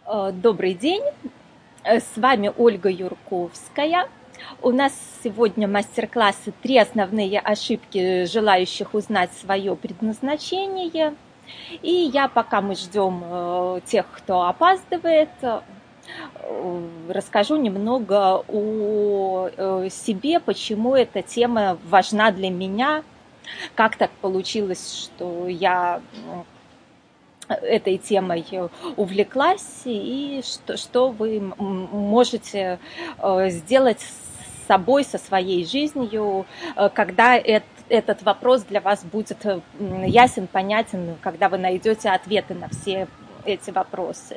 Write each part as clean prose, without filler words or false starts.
Добрый день, с вами Ольга Юрковская. У нас сегодня мастер-классы «Три основные ошибки желающих узнать свое предназначение». И пока мы ждем тех, кто опаздывает, расскажу немного о себе, почему эта тема важна для меня, как так получилось, что я этой темой увлеклась, и что вы можете сделать с собой, со своей жизнью, когда этот вопрос для вас будет ясен, понятен, когда вы найдете ответы на все эти вопросы.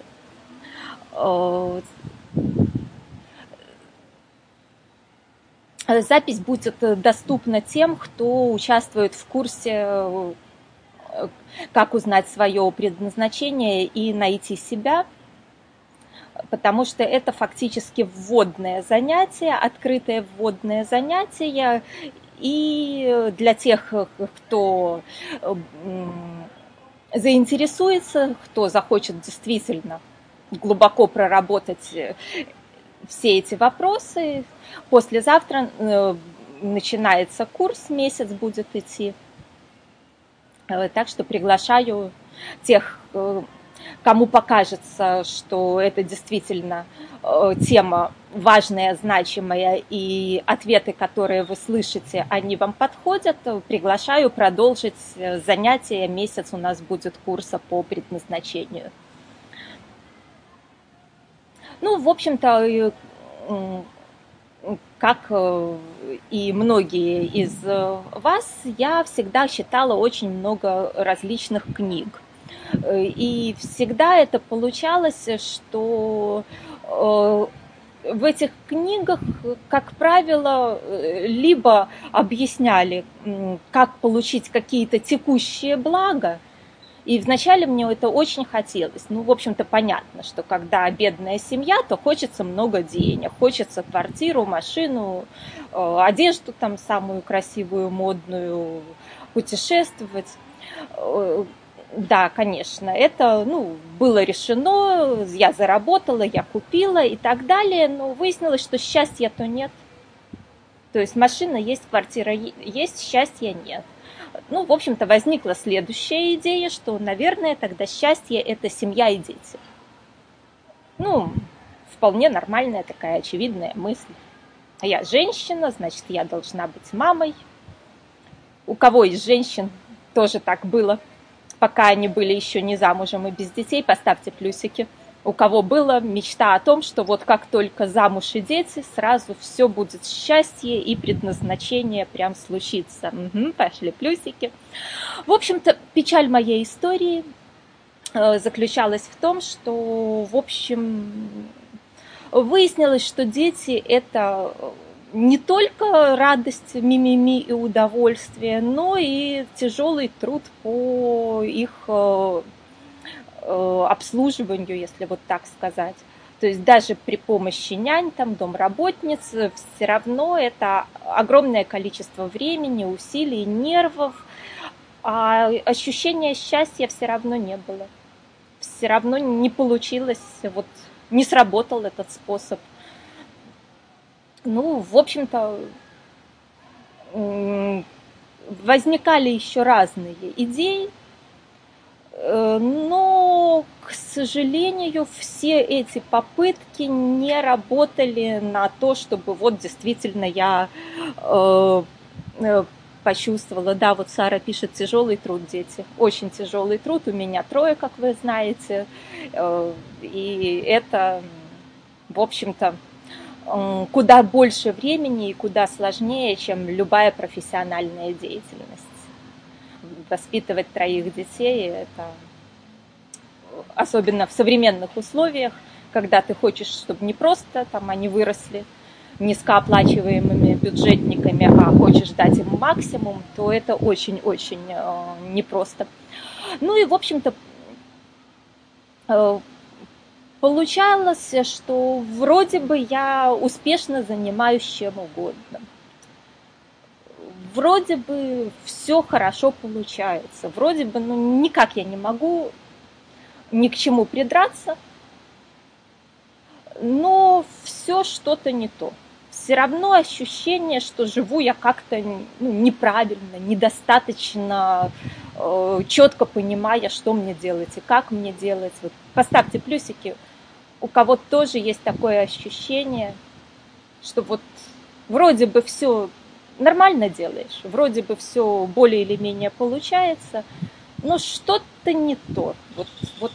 Запись будет доступна тем, кто участвует в курсе «Как узнать свое предназначение и найти себя», потому что это фактически вводное занятие, открытое вводное занятие, и для тех, кто заинтересуется, кто захочет действительно глубоко проработать все эти вопросы, послезавтра начинается курс, месяц будет идти. Так что приглашаю тех, кому покажется, что это действительно тема важная, значимая, и ответы, которые вы слышите, они вам подходят, приглашаю продолжить занятия. Месяц у нас будет курса по предназначению. Ну, в общем-то, как и многие из вас, я всегда читала очень много различных книг. И всегда это получалось, что в этих книгах, как правило, либо объясняли, как получить какие-то текущие блага, и вначале мне это очень хотелось. Ну, в общем-то, понятно, что когда бедная семья, то хочется много денег. Хочется квартиру, машину, одежду там самую красивую, модную, путешествовать. Да, конечно, это было решено, я заработала, я купила и так далее, но выяснилось, что счастья-то нет. То есть машина есть, квартира есть, счастья нет. В общем-то, возникла следующая идея, что, наверное, тогда счастье – это семья и дети. Вполне нормальная такая очевидная мысль. А я женщина, значит, я должна быть мамой. У кого из женщин тоже так было, пока они были еще не замужем и без детей, поставьте плюсики. У кого была мечта о том, что вот как только замуж и дети, сразу все будет счастье и предназначение прям случится. Пошли плюсики. В общем-то, печаль моей истории заключалась в том, что, в общем, выяснилось, что дети – это не только радость, мимими и удовольствие, но и тяжелый труд по их обслуживанию, если вот так сказать. То есть даже при помощи нянь, домработниц, все равно это огромное количество времени, усилий, нервов, а ощущения счастья все равно не было. Все равно не получилось, не сработал этот способ. В общем-то, возникали еще разные идеи, но, к сожалению, все эти попытки не работали на то, чтобы действительно я почувствовала. Да, вот Сара пишет: тяжелый труд, дети. Очень тяжелый труд. У меня 3, как вы знаете. И это, в общем-то, куда больше времени и куда сложнее, чем любая профессиональная деятельность. Воспитывать 3 детей, это особенно в современных условиях, когда ты хочешь, чтобы не просто они выросли низкооплачиваемыми бюджетниками, а хочешь дать им максимум, то это очень-очень непросто. И, в общем-то, получалось, что вроде бы я успешно занимаюсь чем угодно. Вроде бы все хорошо получается. Вроде бы никак я не могу ни к чему придраться. но все что-то не то. Все равно ощущение, что живу я как-то неправильно, недостаточно четко понимая, что мне делать и как мне делать. Вот поставьте плюсики, у кого тоже есть такое ощущение, что вот вроде бы все нормально делаешь, вроде бы все более или менее получается, но что-то не то. Вот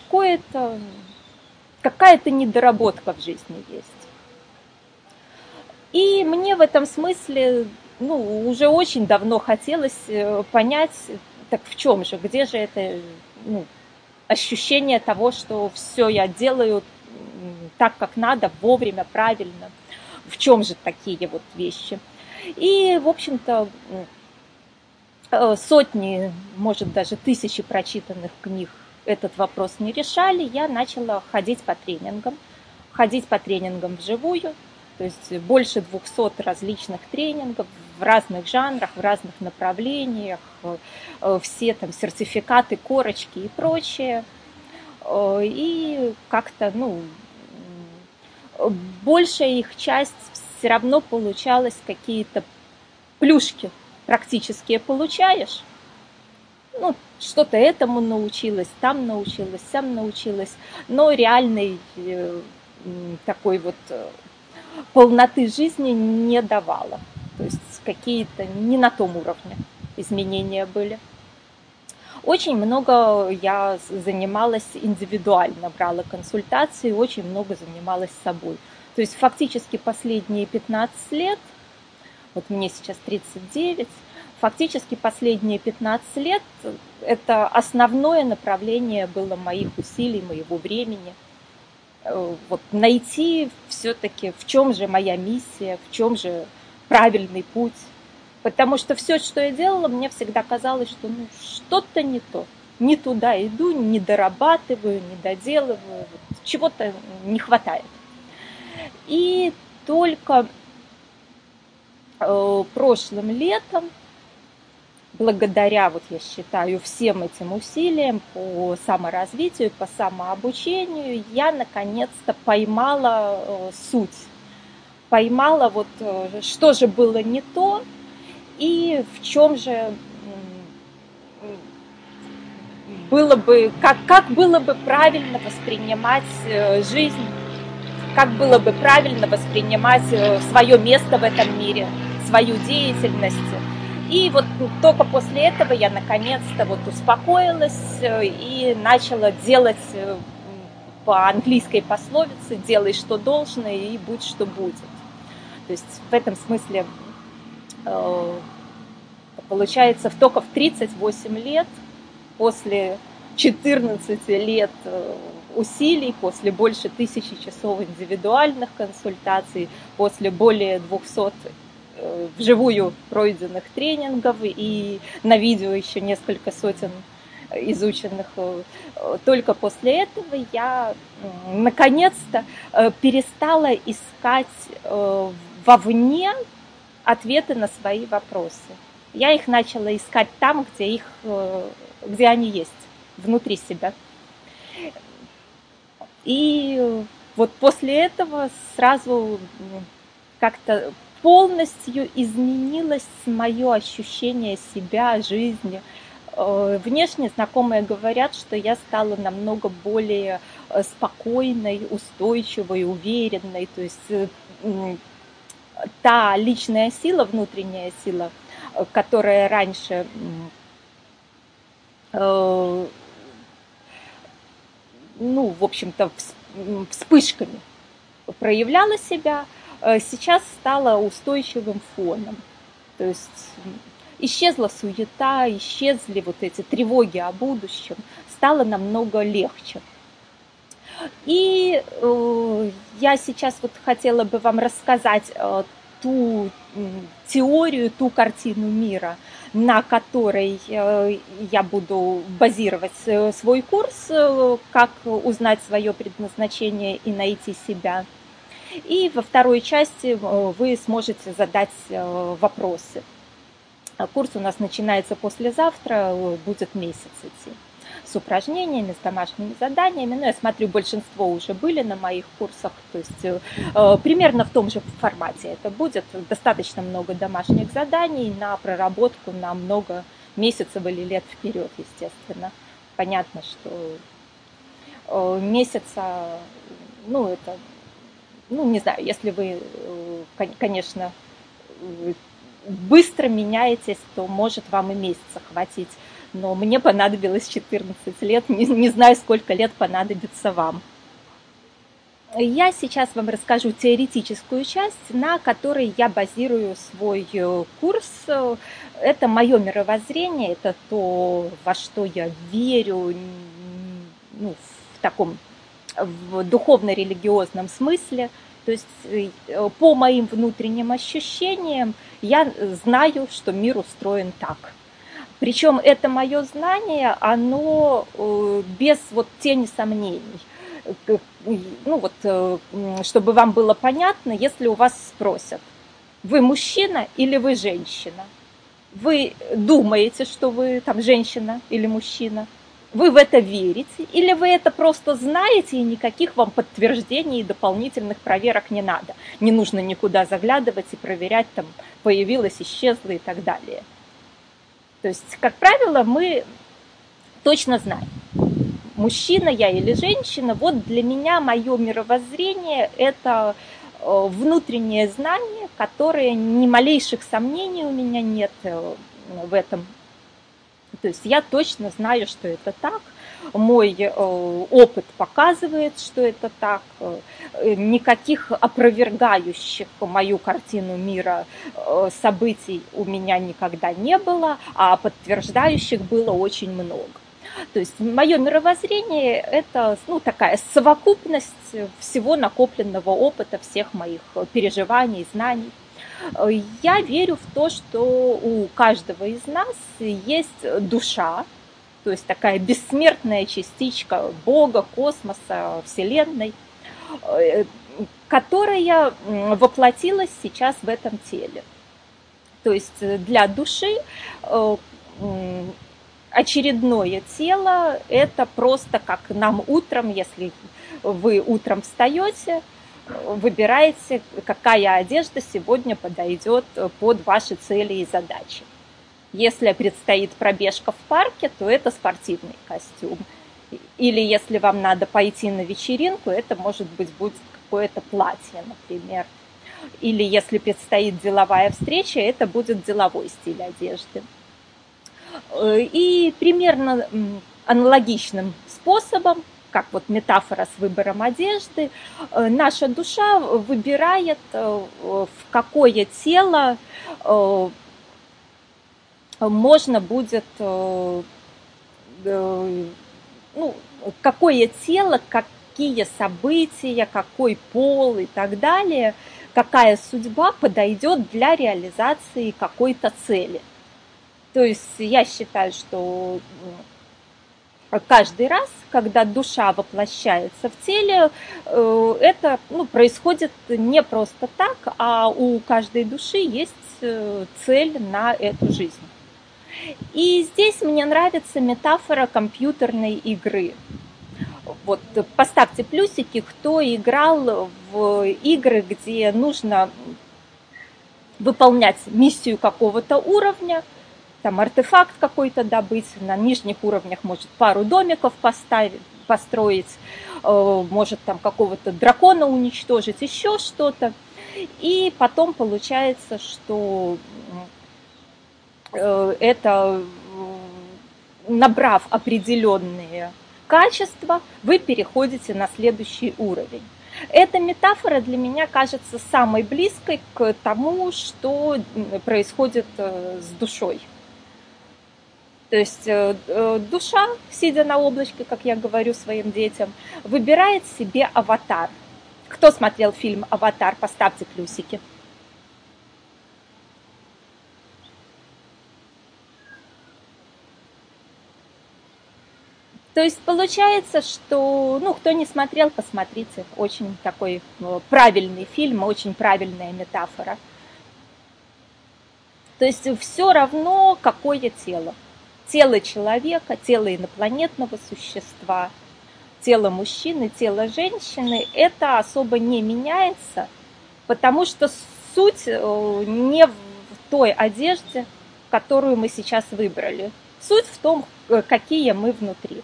какая-то недоработка в жизни есть. И мне в этом смысле уже очень давно хотелось понять, так в чем же, где же это ощущение того, что все я делаю так, как надо, вовремя, правильно. В чем же такие вот вещи? И, в общем-то, сотни, может, даже тысячи прочитанных книг этот вопрос не решали. Я начала ходить по тренингам вживую, то есть больше 200 различных тренингов в разных жанрах, в разных направлениях, все там сертификаты, корочки и прочее. И как-то, большая их часть все равно получалась, какие-то плюшки практически получаешь. Что-то этому научилась, там научилась, сам научилась, но реальной такой вот полноты жизни не давала. То есть какие-то не на том уровне изменения были. Очень много я занималась индивидуально, брала консультации, очень много занималась собой. То есть фактически последние 15 лет, вот мне сейчас 39, фактически последние 15 лет это основное направление было моих усилий, моего времени. Вот найти все-таки, в чем же моя миссия, в чем же правильный путь. Потому что все, что я делала, мне всегда казалось, что что-то не то. Не туда иду, не дорабатываю, не доделываю, чего-то не хватает. И только прошлым летом, благодаря, вот я считаю, всем этим усилиям по саморазвитию, по самообучению, я наконец-то поймала суть. Поймала, вот что же было не то, и в чем же было бы, как было бы правильно воспринимать жизнь, как было бы правильно воспринимать свое место в этом мире, свою деятельность. И вот только после этого я наконец-то вот успокоилась и начала делать по английской пословице «делай, что должно, и будь, что будет». То есть в этом смысле получается только в 38 лет, после 14 лет усилий, после больше 1000 часов индивидуальных консультаций, после более 200 вживую пройденных тренингов и на видео еще несколько сотен изученных, только после этого я наконец-то перестала искать вовне ответы на свои вопросы. Я их начала искать там, где они есть, внутри себя. И вот после этого сразу как-то полностью изменилось мое ощущение себя, жизни. Внешне знакомые говорят, что я стала намного более спокойной, устойчивой, уверенной. То есть та личная сила, внутренняя сила, которая раньше в общем-то, вспышками проявляла себя, сейчас стала устойчивым фоном. То есть исчезла суета, исчезли вот эти тревоги о будущем, стало намного легче. И я сейчас вот хотела бы вам рассказать ту теорию, ту картину мира, на которой я буду базировать свой курс, как узнать свое предназначение и найти себя. И во второй части вы сможете задать вопросы. Курс у нас начинается послезавтра, будет месяц идти. с упражнениями, с домашними заданиями. Но я смотрю, большинство уже были на моих курсах. То есть примерно в том же формате это будет. Достаточно много домашних заданий на проработку на много месяцев или лет вперед, естественно. Понятно, что месяца, ну, это, ну, не знаю, если вы, конечно, быстро меняетесь, то может вам и месяца хватить. Но мне понадобилось 14 лет, не знаю, сколько лет понадобится вам. Я сейчас вам расскажу теоретическую часть, на которой я базирую свой курс. Это мое мировоззрение, это то, во что я верю, ну, в таком в духовно-религиозном смысле. То есть по моим внутренним ощущениям я знаю, что мир устроен так. Причем это мое знание, оно без вот тени сомнений. Ну вот, чтобы вам было понятно, если у вас спросят, вы мужчина или вы женщина? Вы думаете, что вы там женщина или мужчина? Вы в это верите? Или вы это просто знаете, и никаких вам подтверждений и дополнительных проверок не надо? Не нужно никуда заглядывать и проверять, там, появилось, исчезло и так далее. То есть, как правило, мы точно знаем, мужчина я или женщина. Вот для меня мое мировоззрение – это внутреннее знание, которое ни малейших сомнений у меня нет в этом. То есть я точно знаю, что это так. Мой опыт показывает, что это так. Никаких опровергающих мою картину мира событий у меня никогда не было, а подтверждающих было очень много. То есть мое мировоззрение – это, ну, такая совокупность всего накопленного опыта, всех моих переживаний, знаний. Я верю в то, что у каждого из нас есть душа, то есть такая бессмертная частичка Бога, космоса, Вселенной, которая воплотилась сейчас в этом теле. То есть для души очередное тело – это просто как нам утром, если вы утром встаете, выбираете, какая одежда сегодня подойдет под ваши цели и задачи. Если предстоит пробежка в парке, то это спортивный костюм. Или если вам надо пойти на вечеринку, это может быть будет какое-то платье, например. Или если предстоит деловая встреча, это будет деловой стиль одежды. И примерно аналогичным способом, как вот метафора с выбором одежды, наша душа выбирает, в какое тело можно будет, ну, какое тело, какие события, какой пол и так далее, какая судьба подойдет для реализации какой-то цели. То есть я считаю, что каждый раз, когда душа воплощается в теле, это, ну, происходит не просто так, а у каждой души есть цель на эту жизнь. И здесь мне нравится метафора компьютерной игры. Вот поставьте плюсики, кто играл в игры, где нужно выполнять миссию какого-то уровня, там артефакт какой-то добыть, на нижних уровнях может пару домиков построить, может там какого-то дракона уничтожить, еще что-то. И потом получается, что это, набрав определенные качества, вы переходите на следующий уровень. Эта метафора для меня кажется самой близкой к тому, что происходит с душой. То есть душа, сидя на облачке, как я говорю своим детям, выбирает себе аватар. Кто смотрел фильм «Аватар», поставьте плюсики. То есть получается, что, ну, кто не смотрел, посмотрите. Очень такой правильный фильм, очень правильная метафора. То есть все равно, какое тело. тело человека, тело инопланетного существа, тело мужчины, тело женщины, это особо не меняется, потому что суть не в той одежде, которую мы сейчас выбрали. Суть в том, какие мы внутри.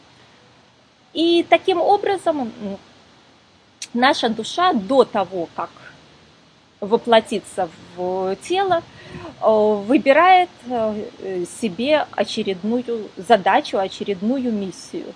И таким образом наша душа до того, как воплотиться в тело, выбирает себе очередную задачу, очередную миссию.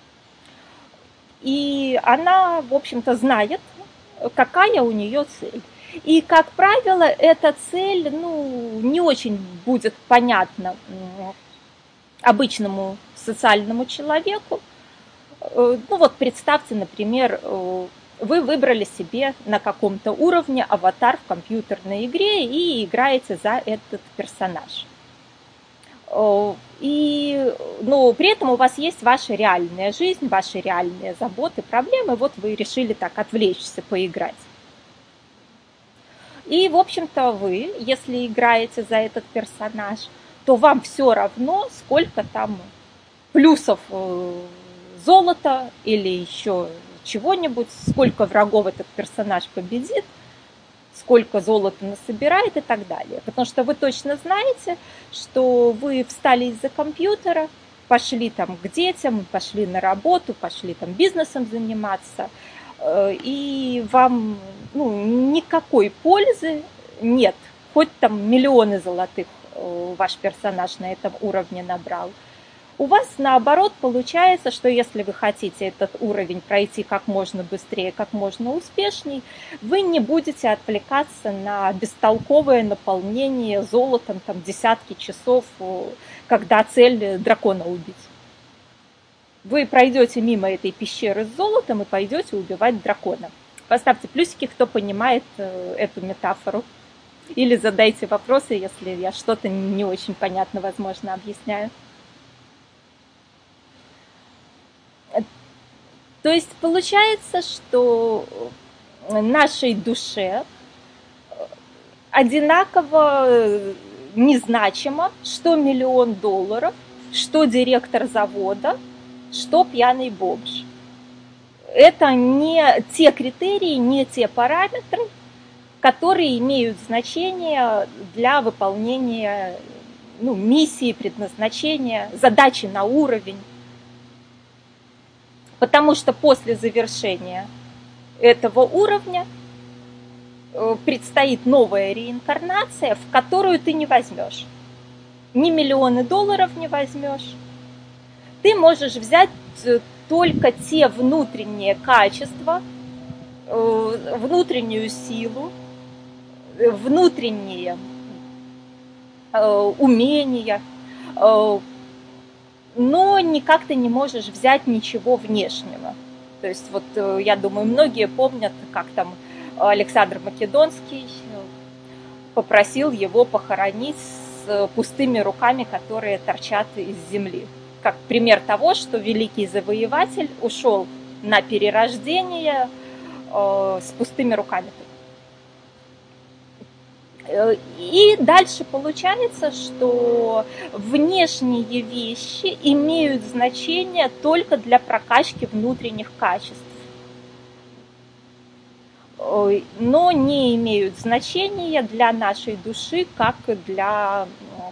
И она, в общем-то, знает, какая у нее цель. И, как правило, эта цель не очень будет понятна обычному социальному человеку. Представьте, например, вы выбрали себе на каком-то уровне аватар в компьютерной игре и играете за этот персонаж. Но при этом у вас есть ваша реальная жизнь, ваши реальные заботы, проблемы. Вот вы решили так отвлечься, поиграть. И, в общем-то, вы, если играете за этот персонаж, то вам все равно, сколько там плюсов золота или еще чего-нибудь, сколько врагов этот персонаж победит, сколько золота насобирает и так далее. Потому что вы точно знаете, что вы встали из-за компьютера, пошли там к детям, пошли на работу, пошли там бизнесом заниматься, и вам никакой пользы нет. Хоть там миллионы золотых ваш персонаж на этом уровне набрал. У вас, наоборот, получается, что если вы хотите этот уровень пройти как можно быстрее, как можно успешней, вы не будете отвлекаться на бестолковое наполнение золотом там, десятки часов, когда цель дракона убить. Вы пройдете мимо этой пещеры с золотом и пойдете убивать дракона. Поставьте плюсики, кто понимает эту метафору. Или задайте вопросы, если я что-то не очень понятно, возможно, объясняю. То есть получается, что нашей душе одинаково незначимо, что $1 миллион, что директор завода, что пьяный бомж. Это не те критерии, не те параметры, которые имеют значение для выполнения миссии, предназначения, задачи на уровень. Потому что после завершения этого уровня предстоит новая реинкарнация, в которую ты не возьмешь. Ни $1 миллион не возьмешь. Ты можешь взять только те внутренние качества, внутреннюю силу, внутренние умения, но никак ты не можешь взять ничего внешнего. То есть я думаю, многие помнят, как там Александр Македонский попросил его похоронить с пустыми руками, которые торчат из земли. Как пример того, что великий завоеватель ушел на перерождение с пустыми руками. И дальше получается, что внешние вещи имеют значение только для прокачки внутренних качеств, но не имеют значения для нашей души, как и для,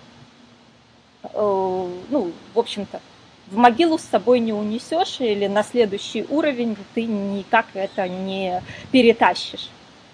в общем-то, в могилу с собой не унесешь, или на следующий уровень ты никак это не перетащишь.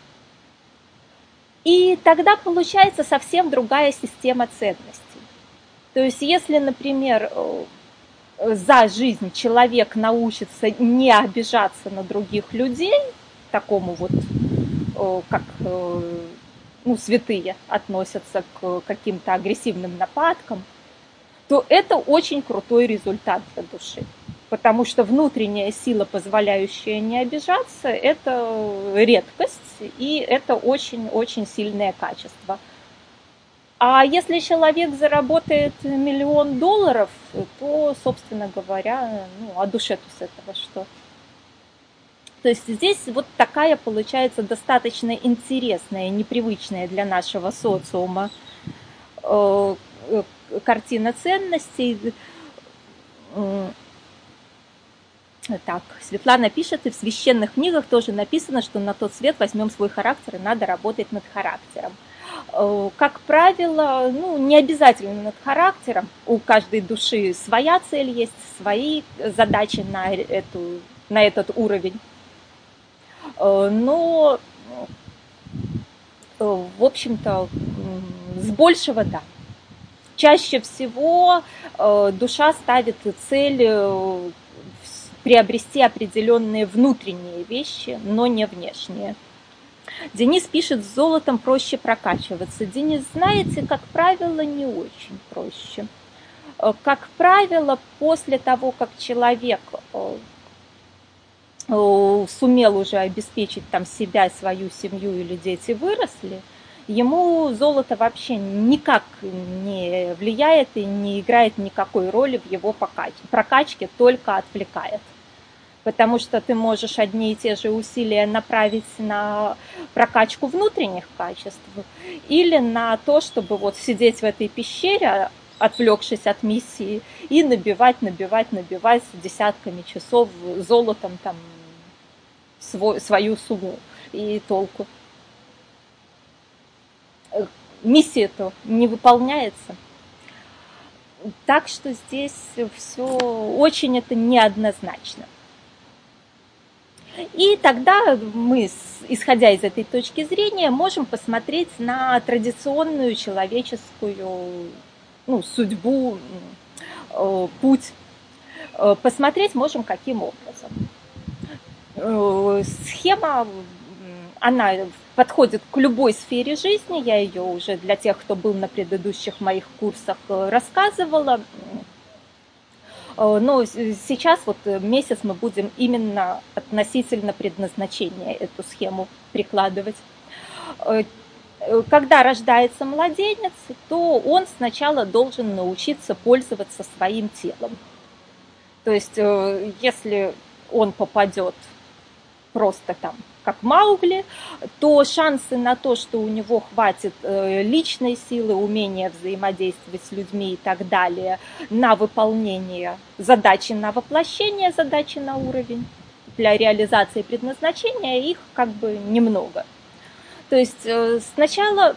И тогда получается совсем другая система ценностей. То есть если, например, за жизнь человек научится не обижаться на других людей, такому как святые относятся к каким-то агрессивным нападкам, то это очень крутой результат для души. Потому что внутренняя сила, позволяющая не обижаться, это редкость, и это очень-очень сильное качество. А если человек заработает $1 миллион, то, собственно говоря, а душе-то с этого что? То есть здесь такая получается достаточно интересная, непривычная для нашего социума картина ценностей. Так, Светлана пишет, и в священных книгах тоже написано, что на тот свет возьмем свой характер, и надо работать над характером. Как правило, не обязательно над характером. У каждой души своя цель есть, свои задачи на этот уровень. Но, в общем-то, с большего, да. Чаще всего душа ставит цель приобрести определенные внутренние вещи, но не внешние. Денис пишет, с золотом проще прокачиваться. Денис, знаете, как правило, не очень проще. Как правило, после того, как человек сумел уже обеспечить там себя, свою семью или дети выросли, ему золото вообще никак не влияет и не играет никакой роли в его прокачке, только отвлекает. Потому что ты можешь одни и те же усилия направить на прокачку внутренних качеств или на то, чтобы вот сидеть в этой пещере, отвлекшись от миссии, и набивать десятками часов золотом там свою сумму и толку. Миссия-то не выполняется. Так что здесь все очень это неоднозначно. И тогда мы, исходя из этой точки зрения, можем посмотреть на традиционную человеческую судьбу, путь. Посмотреть можем каким образом. Схема, она подходит к любой сфере жизни. Я ее уже для тех, кто был на предыдущих моих курсах, рассказывала. Но сейчас вот месяц мы будем именно относительно предназначения эту схему прикладывать. Когда рождается младенец, то он сначала должен научиться пользоваться своим телом. То есть если он попадет просто там как Маугли, то шансы на то, что у него хватит личной силы, умения взаимодействовать с людьми и так далее, на выполнение задачи, на воплощение задачи на уровень для реализации предназначения, их как бы немного. То есть сначала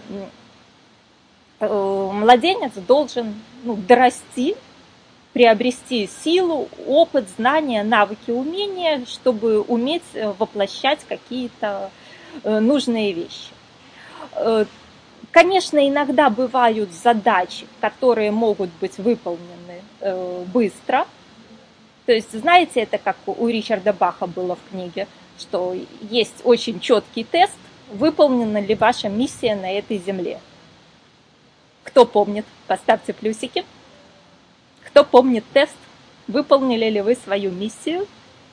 младенец должен дорасти, приобрести силу, опыт, знания, навыки, умения, чтобы уметь воплощать какие-то нужные вещи. Конечно, иногда бывают задачи, которые могут быть выполнены быстро. То есть, знаете, это как у Ричарда Баха было в книге, что есть очень четкий тест, выполнена ли ваша миссия на этой земле. Кто помнит, поставьте плюсики. Кто помнит тест, выполнили ли вы свою миссию?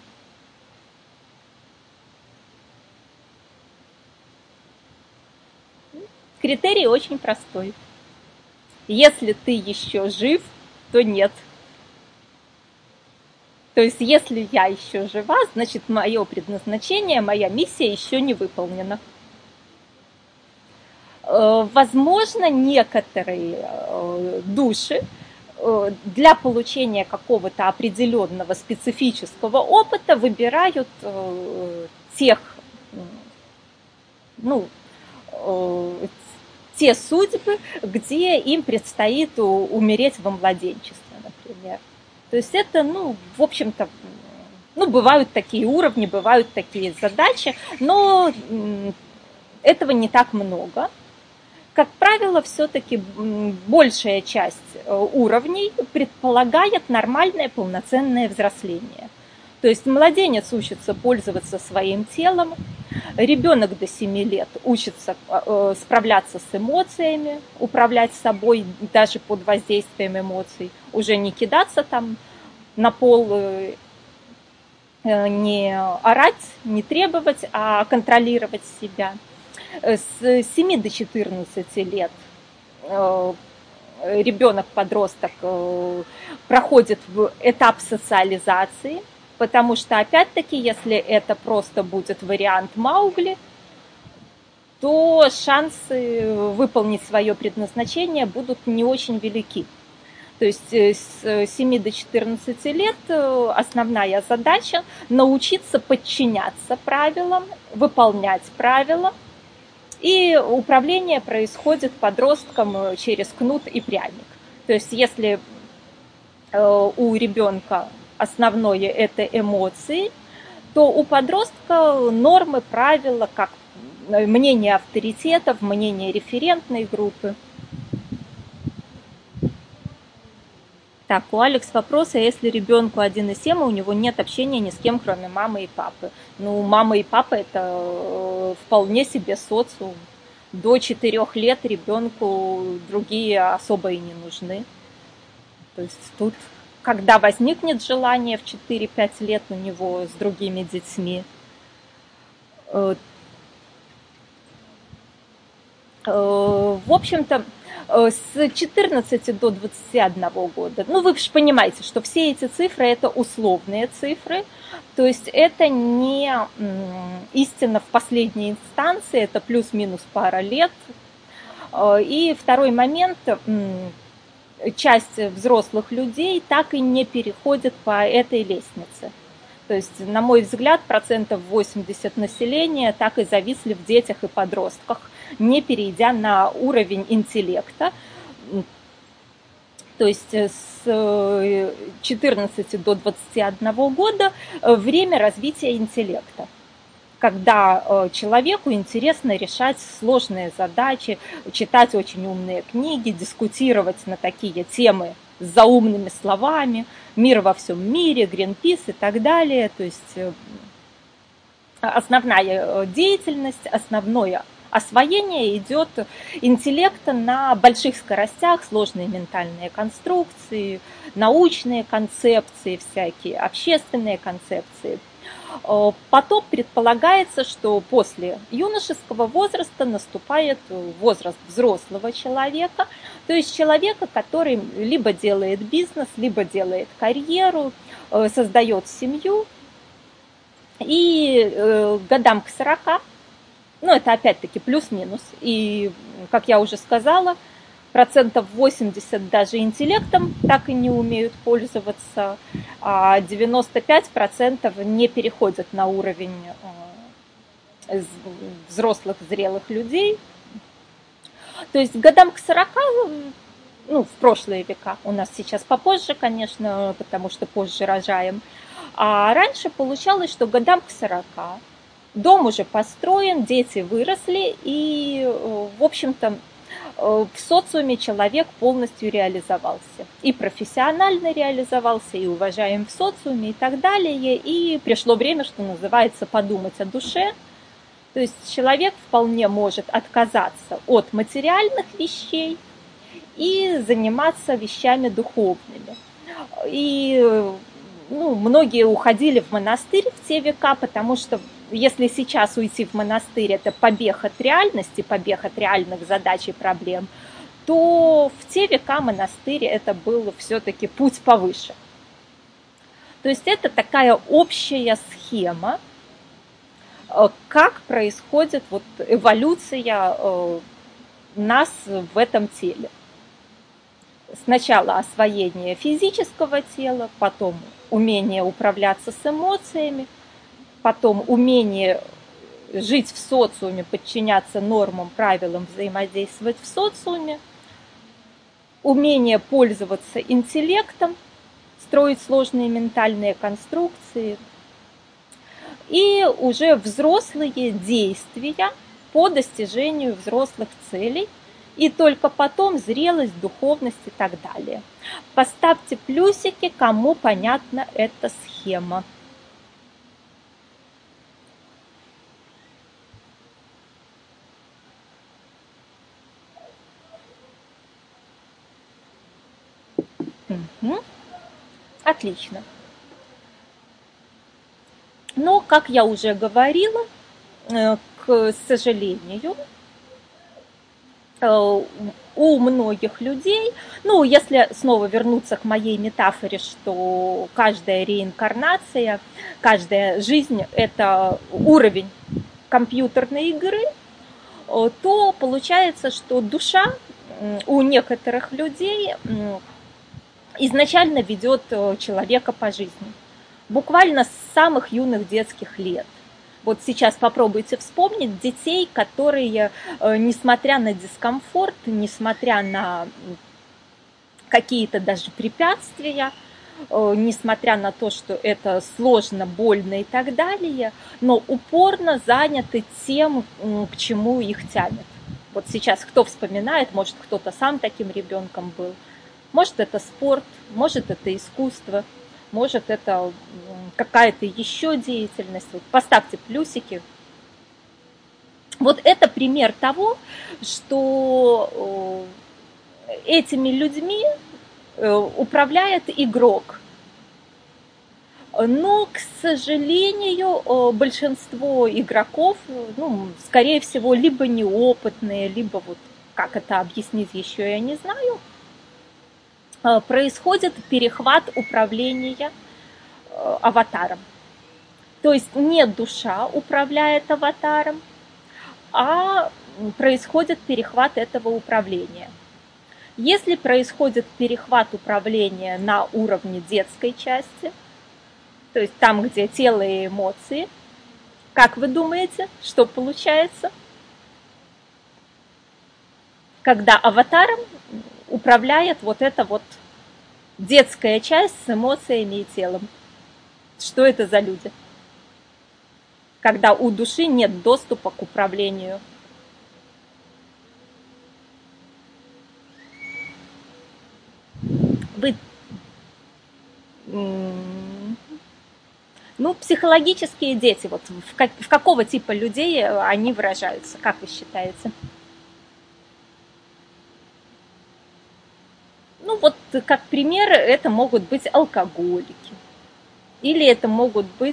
Критерий очень простой. Если ты еще жив, то нет. То есть, если я еще жива, значит, мое предназначение, моя миссия еще не выполнена. Возможно, некоторые души для получения какого-то определенного специфического опыта выбирают те судьбы, где им предстоит умереть во младенчестве, например. То есть это, в общем-то, бывают такие уровни, бывают такие задачи, но этого не так много. Как правило, все-таки большая часть уровней предполагает нормальное полноценное взросление. То есть младенец учится пользоваться своим телом, ребенок до 7 лет учится справляться с эмоциями, управлять собой даже под воздействием эмоций, уже не кидаться там на пол, не орать, не требовать, а контролировать себя. С 7 до 14 лет ребенок-подросток проходит этап социализации, потому что, опять-таки, если это просто будет вариант Маугли, то шансы выполнить свое предназначение будут не очень велики. То есть с 7 до 14 лет основная задача научиться подчиняться правилам, выполнять правила. И управление происходит подростком через кнут и пряник. То есть если у ребенка основное это эмоции, то у подростка нормы, правила, как мнение авторитетов, мнение референтной группы. Так, у Алекс вопрос, а если ребенку 1,7, у него нет общения ни с кем, кроме мамы и папы? Ну, мама и папа это вполне себе социум. До 4 лет ребенку другие особо и не нужны. То есть тут, когда возникнет желание в 4-5 лет у него с другими детьми, в общем-то, с 14 до 21 года, ну, вы же понимаете, что все эти цифры – это условные цифры, то есть это не истина в последней инстанции, это плюс-минус пара лет. И второй момент – часть взрослых людей так и не переходит по этой лестнице. То есть, на мой взгляд, 80% населения так и зависли в детях и подростках, не перейдя на уровень интеллекта. То есть с 14 до 21 года время развития интеллекта, когда человеку интересно решать сложные задачи, читать очень умные книги, дискутировать на такие темы с заумными словами, мир во всем мире, Greenpeace и так далее. То есть основная деятельность, основное освоение идет интеллекта на больших скоростях, сложные ментальные конструкции, научные концепции всякие, общественные концепции. Потом предполагается, что после юношеского возраста наступает возраст взрослого человека, то есть человека, который либо делает бизнес, либо делает карьеру, создает семью. И годам к 40, ну это опять-таки плюс-минус, и, как я уже сказала, 80% даже интеллектом так и не умеют пользоваться, а 95% не переходят на уровень взрослых, зрелых людей. То есть годам к 40, ну, в прошлые века, у нас сейчас попозже, конечно, потому что позже рожаем, а раньше получалось, что годам к 40 дом уже построен, дети выросли, и, в общем-то, в социуме человек полностью реализовался. И профессионально реализовался, и уважаем в социуме, и так далее. И пришло время, что называется, подумать о душе. То есть человек вполне может отказаться от материальных вещей и заниматься вещами духовными. И многие уходили в монастырь в те века, потому что если сейчас уйти в монастырь – это побег от реальности, побег от реальных задач и проблем, то в те века монастырь – это был все-таки путь повыше. То есть это такая общая схема, как происходит вот эволюция нас в этом теле. Сначала освоение физического тела, потом умение управляться с эмоциями, потом умение жить в социуме, подчиняться нормам, правилам, взаимодействовать в социуме, умение пользоваться интеллектом, строить сложные ментальные конструкции и уже взрослые действия по достижению взрослых целей, и только потом зрелость, духовность и так далее. Поставьте плюсики, кому понятна эта схема. Угу. Отлично. Но, как я уже говорила, к сожалению, у многих людей, если снова вернуться к моей метафоре, что каждая реинкарнация, каждая жизнь – это уровень компьютерной игры, то получается, что душа у некоторых людей изначально ведет человека по жизни. Буквально с самых юных детских лет. Вот сейчас попробуйте вспомнить детей, которые, несмотря на дискомфорт, несмотря на какие-то даже препятствия, несмотря на то, что это сложно, больно и так далее, но упорно заняты тем, к чему их тянет. Вот сейчас кто вспоминает, может, кто-то сам таким ребенком был. Может, это спорт, может, это искусство, может, это какая-то еще деятельность. Вот поставьте плюсики. Вот это пример того, что этими людьми управляет игрок. Но, к сожалению, большинство игроков, ну, скорее всего, либо неопытные, либо вот как это объяснить еще я не знаю, происходит перехват управления аватаром. То есть не душа управляет аватаром, а происходит перехват этого управления. Если происходит перехват управления на уровне детской части, то есть там, где тело и эмоции, как вы думаете, что получается? Когда аватаром управляет вот эта вот детская часть с эмоциями и телом. Что это за люди? Когда у души нет доступа к управлению. Вы... Ну, психологические дети, вот в какого типа людей они выражаются, как вы считаете? Ну, вот как пример, это могут быть алкоголики. Или это могут быть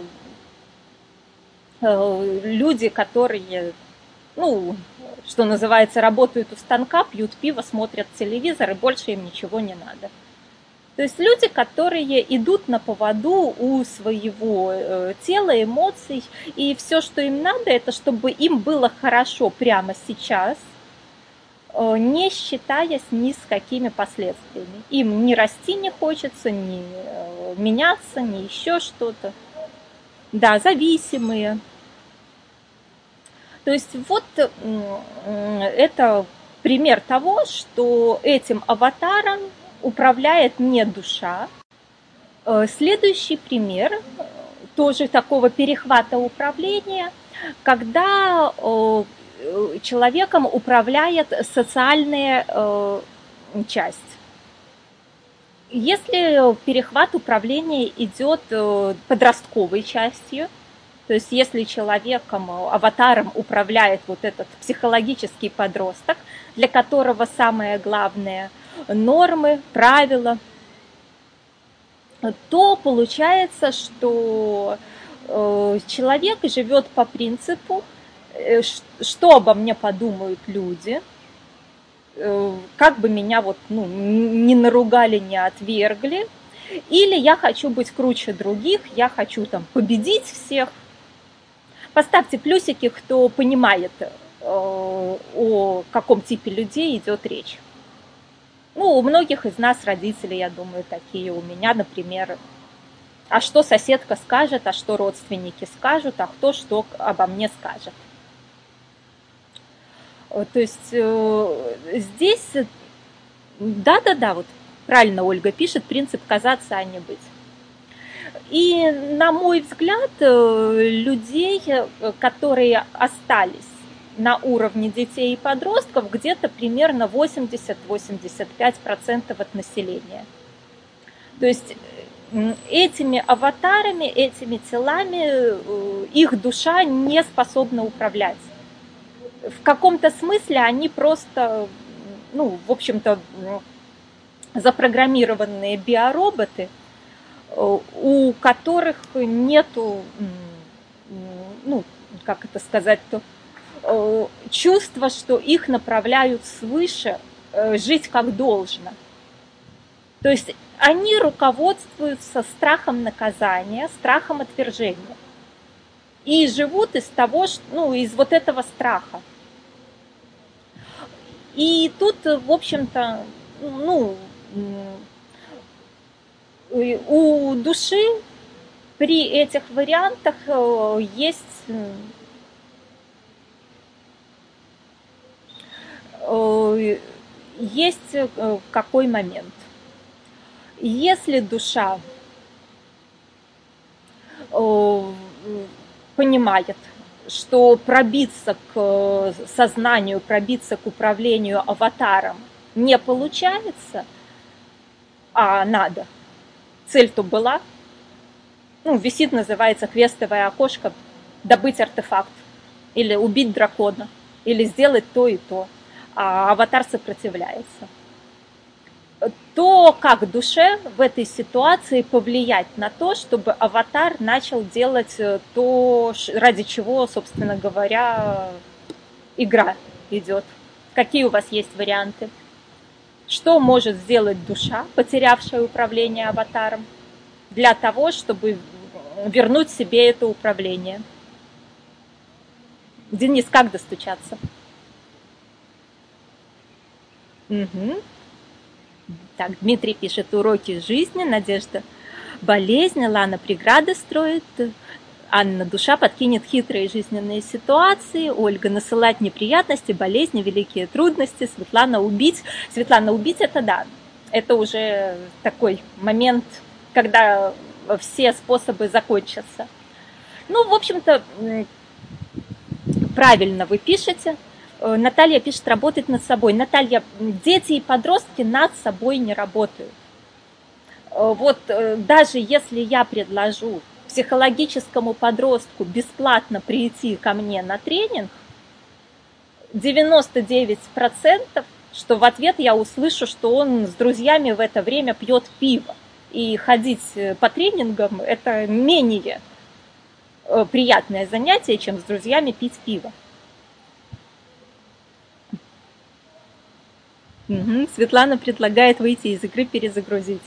люди, которые, ну, что называется, работают у станка, пьют пиво, смотрят телевизор, и больше им ничего не надо. То есть люди, которые идут на поводу у своего тела, эмоций, и все, что им надо, это чтобы им было хорошо прямо сейчас, не считаясь ни с какими последствиями. Им ни расти не хочется, ни меняться, ни еще что-то. Да, зависимые. То есть вот это пример того, что этим аватаром управляет не душа. Следующий пример тоже такого перехвата управления, когда человеком управляет социальная часть. Если перехват управления идет подростковой частью, то есть если человеком, аватаром управляет вот этот психологический подросток, для которого самое главное нормы, правила, то получается, что человек живет по принципу, что обо мне подумают люди, как бы меня вот, ну, не наругали, не отвергли, или я хочу быть круче других, я хочу там победить всех. Поставьте плюсики, кто понимает, о каком типе людей идет речь. Ну, у многих из нас родители, я думаю, такие. У меня, например, а что соседка скажет, а что родственники скажут, а кто что обо мне скажет. То есть здесь, да, вот правильно Ольга пишет, принцип казаться, а не быть. И, на мой взгляд, людей, которые остались на уровне детей и подростков, где-то примерно 80-85% от населения. То есть этими аватарами, этими телами их душа не способна управлять. В каком-то смысле они просто, ну, в общем-то, запрограммированные биороботы, у которых нету, ну, как это сказать-то, чувства, что их направляют свыше жить как должно. То есть они руководствуются страхом наказания, страхом отвержения. И живут из того, ну, из вот этого страха. И тут, в общем-то, ну, У души при этих вариантах есть какой момент. Если душа понимает, что пробиться к сознанию, пробиться к управлению аватаром не получается, а надо, цель-то была, висит, называется, квестовое окошко, добыть артефакт, или убить дракона, или сделать то и то, а аватар сопротивляется, то как душе в этой ситуации повлиять на то, чтобы аватар начал делать то, ради чего, собственно говоря, игра идет? Какие у вас есть варианты? Что может сделать душа, потерявшая управление аватаром, для того, чтобы вернуть себе это управление? Денис, как достучаться? Угу. Так, Дмитрий пишет: уроки жизни, Надежда болезнь, Лана преграды строит, Анна душа подкинет хитрые жизненные ситуации, Ольга насылать неприятности, болезни, великие трудности, Светлана убить. Светлана убить — это да, это уже такой момент, когда все способы закончатся. В общем-то, правильно вы пишете. Наталья пишет: работать над собой. Наталья, дети и подростки над собой не работают. Вот даже если я предложу психологическому подростку бесплатно прийти ко мне на тренинг, 99%, что в ответ я услышу, что он с друзьями в это время пьет пиво. И ходить по тренингам – это менее приятное занятие, чем с друзьями пить пиво. Угу. Светлана предлагает выйти из игры, перезагрузить.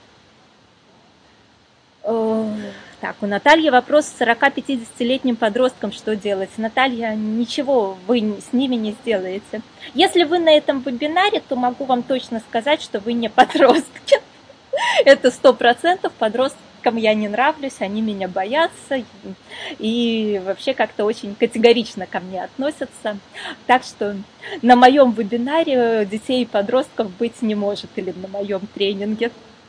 Так, у Натальи вопрос: с 40-50-летним подросткам что делать? Наталья, ничего вы с ними не сделаете. Если вы на этом вебинаре, то могу вам точно сказать, что вы не подростки. Это 100%. Подросткам я не нравлюсь, они меня боятся и вообще как-то очень категорично ко мне относятся. Так что на моем вебинаре детей и подростков быть не может, или на моем тренинге.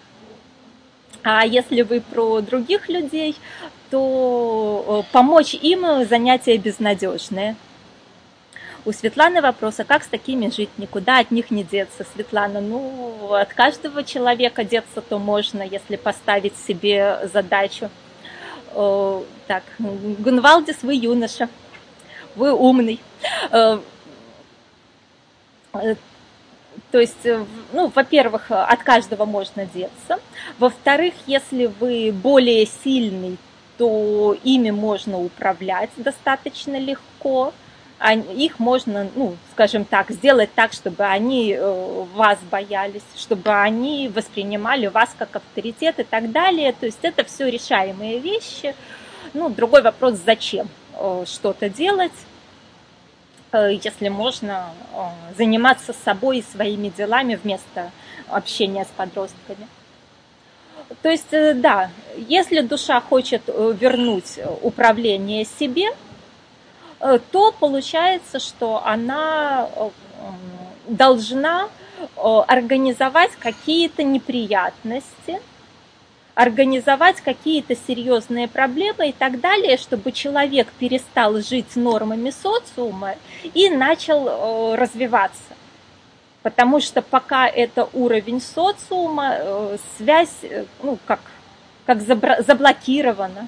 А если вы про других людей, то помочь им занятия безнадежные. У Светланы вопрос: а как с такими жить? Никуда от них не деться. Светлана, от каждого человека деться-то можно, если поставить себе задачу. Так, Гунвалдис, вы юноша, вы умный. То есть, во-первых, от каждого можно деться. Во-вторых, если вы более сильный, то ими можно управлять достаточно легко. Их можно, скажем так, сделать так, чтобы они вас боялись, чтобы они воспринимали вас как авторитет и так далее. То есть это все решаемые вещи. Другой вопрос: зачем что-то делать, если можно заниматься собой и своими делами вместо общения с подростками. То есть, да, если душа хочет вернуть управление себе, то получается, что она должна организовать какие-то неприятности, организовать какие-то серьезные проблемы и так далее, чтобы человек перестал жить нормами социума и начал развиваться. Потому что пока это уровень социума, связь, как заблокирована.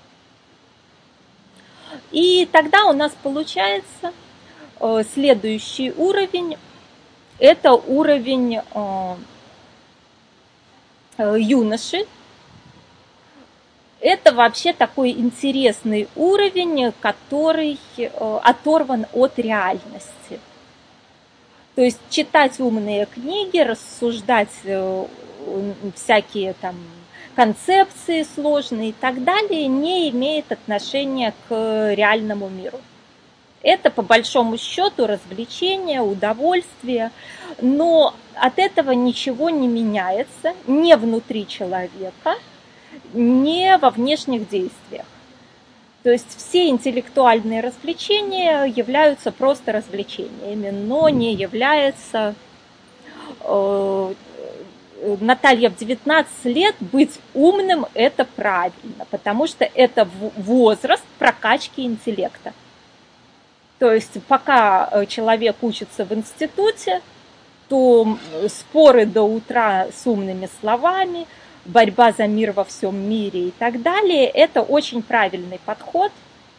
И тогда у нас получается следующий уровень – это уровень юноши. Это вообще такой интересный уровень, который оторван от реальности. То есть читать умные книги, рассуждать всякие там концепции сложные и так далее не имеет отношения к реальному миру. Это по большому счету развлечение, удовольствие, но от этого ничего не меняется ни внутри человека, ни во внешних действиях. То есть все интеллектуальные развлечения являются просто развлечениями, но не являются... Наталья, в 19 лет быть умным – это правильно, потому что это возраст прокачки интеллекта. То есть пока человек учится в институте, то споры до утра с умными словами, борьба за мир во всем мире и так далее – это очень правильный подход.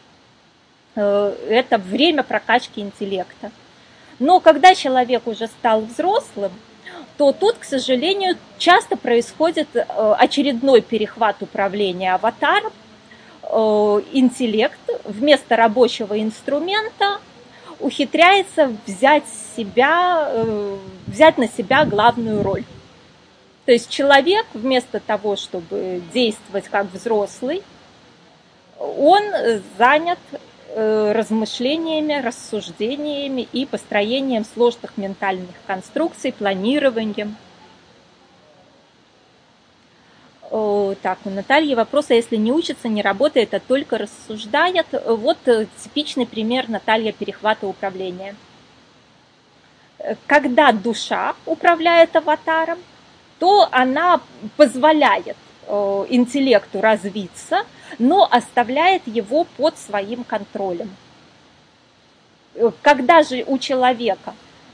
Это время прокачки интеллекта. Но когда человек уже стал взрослым, то тут, к сожалению, часто происходит очередной перехват управления аватаром. Интеллект вместо рабочего инструмента ухитряется взять на себя главную роль. То есть человек вместо того, чтобы действовать как взрослый, он занят размышлениями, рассуждениями и построением сложных ментальных конструкций, планированием. Так, у Натальи вопрос, а если не учится, не работает, а только рассуждает? Вот типичный пример, Наталья, перехвата управления. Когда душа управляет аватаром, то она позволяет интеллекту развиться, но оставляет его под своим контролем. Когда же у человека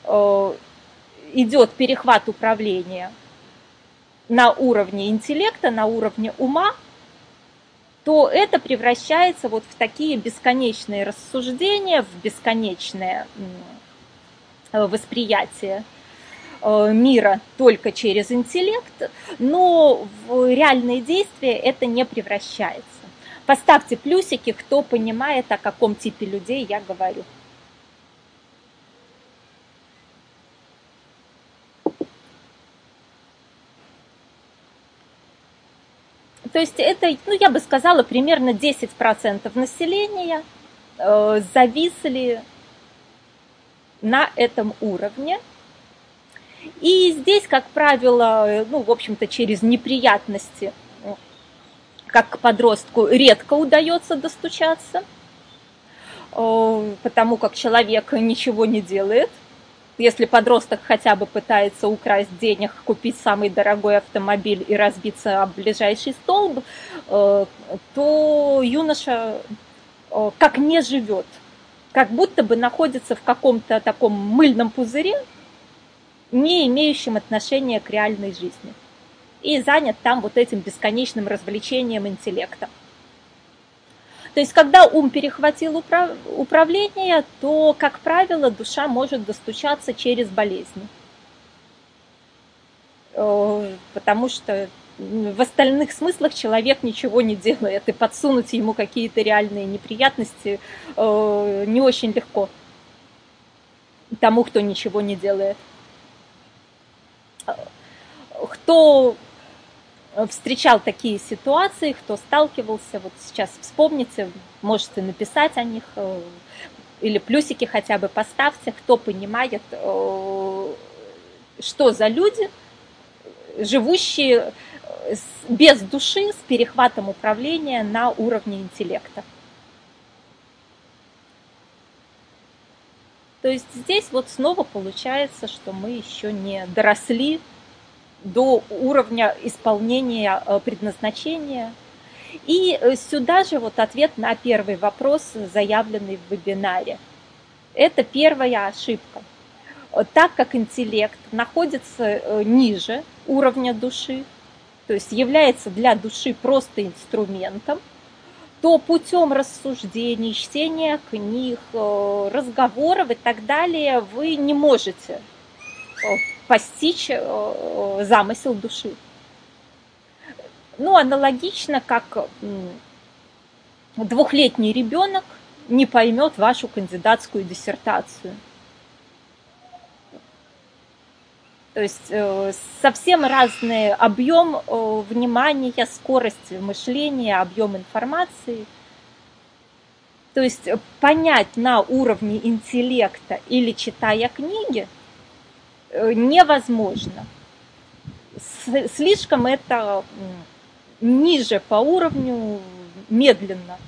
идет перехват управления на уровне интеллекта, на уровне ума, то это превращается вот в такие бесконечные рассуждения, в бесконечное восприятие мира только через интеллект, но в реальные действия это не превращается. Поставьте плюсики, кто понимает, о каком типе людей я говорю. То есть это, я бы сказала, примерно 10% населения зависли на этом уровне. И здесь, как правило, в общем-то, через неприятности, как к подростку, редко удается достучаться, потому как человек ничего не делает. Если подросток хотя бы пытается украсть денег, купить самый дорогой автомобиль и разбиться об ближайший столб, то юноша как не живет, как будто бы находится в каком-то таком мыльном пузыре, не имеющем отношения к реальной жизни. И занят там вот этим бесконечным развлечением интеллекта. То есть, когда ум перехватил управление, то, как правило, душа может достучаться через болезни. Потому что в остальных смыслах человек ничего не делает, и подсунуть ему какие-то реальные неприятности не очень легко тому, кто ничего не делает. Кто встречал такие ситуации, кто сталкивался, вот сейчас вспомните, можете написать о них, или плюсики хотя бы поставьте, кто понимает, что за люди, живущие без души, с перехватом управления на уровне интеллекта. То есть здесь вот снова получается, что мы еще не доросли до уровня исполнения предназначения. И сюда же вот ответ на первый вопрос, заявленный в вебинаре. Это первая ошибка. Так как интеллект находится ниже уровня души, то есть является для души просто инструментом, то путем рассуждений, чтения книг, разговоров и так далее вы не можете постичь замысел души. Аналогично, как двухлетний ребенок не поймет вашу кандидатскую диссертацию. То есть совсем разный объем внимания, скорость мышления, объем информации. То есть понять на уровне интеллекта или читая книги невозможно. Слишком это ниже по уровню, медленно.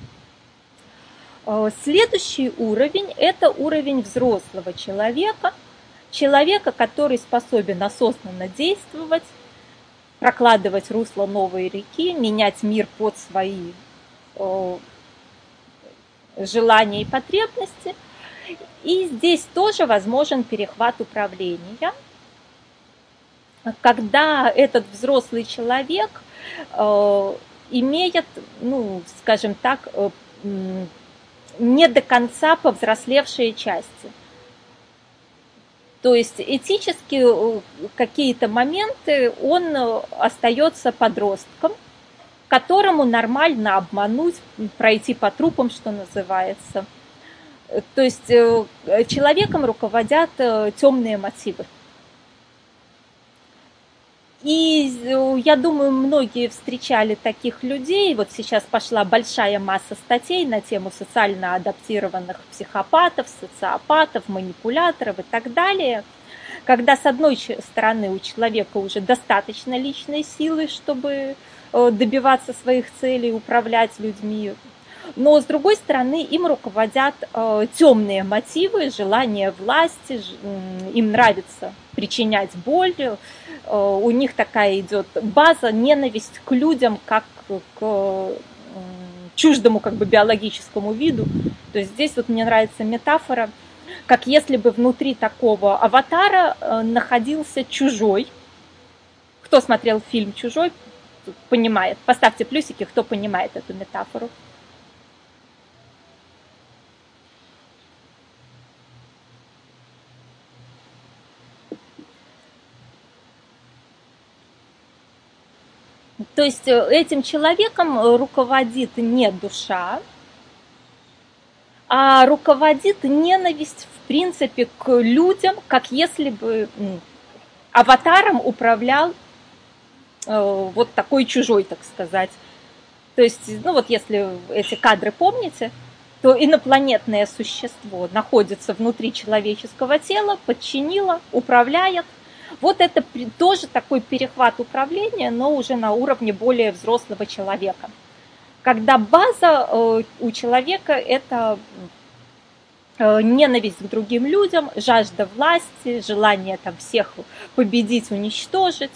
Следующий уровень – это уровень взрослого человека, человека, который способен осознанно действовать, прокладывать русло новой реки, менять мир под свои желания и потребности. И здесь тоже возможен перехват управления, когда этот взрослый человек имеет, ну, скажем так, не до конца повзрослевшие части. То есть этически какие-то моменты он остается подростком, которому нормально обмануть, пройти по трупам, что называется. То есть человеком руководят темные мотивы. И я думаю, многие встречали таких людей. Вот сейчас пошла большая масса статей на тему социально адаптированных психопатов, социопатов, манипуляторов и так далее. Когда с одной стороны у человека уже достаточно личной силы, чтобы добиваться своих целей, управлять людьми, но с другой стороны им руководят темные мотивы, желание власти, им нравится причинять боль, у них такая идет база, ненависть к людям, как к чуждому как бы биологическому виду. То есть здесь вот мне нравится метафора, как если бы внутри такого аватара находился чужой. Кто смотрел фильм «Чужой», понимает. Поставьте плюсики, кто понимает эту метафору. То есть этим человеком руководит не душа, а руководит ненависть в принципе к людям, как если бы аватаром управлял вот такой чужой, так сказать. То есть, ну вот если эти кадры помните, то инопланетное существо находится внутри человеческого тела, подчинило, управляет. Вот это тоже такой перехват управления, но уже на уровне более взрослого человека. Когда база у человека – это ненависть к другим людям, жажда власти, желание там всех победить, уничтожить.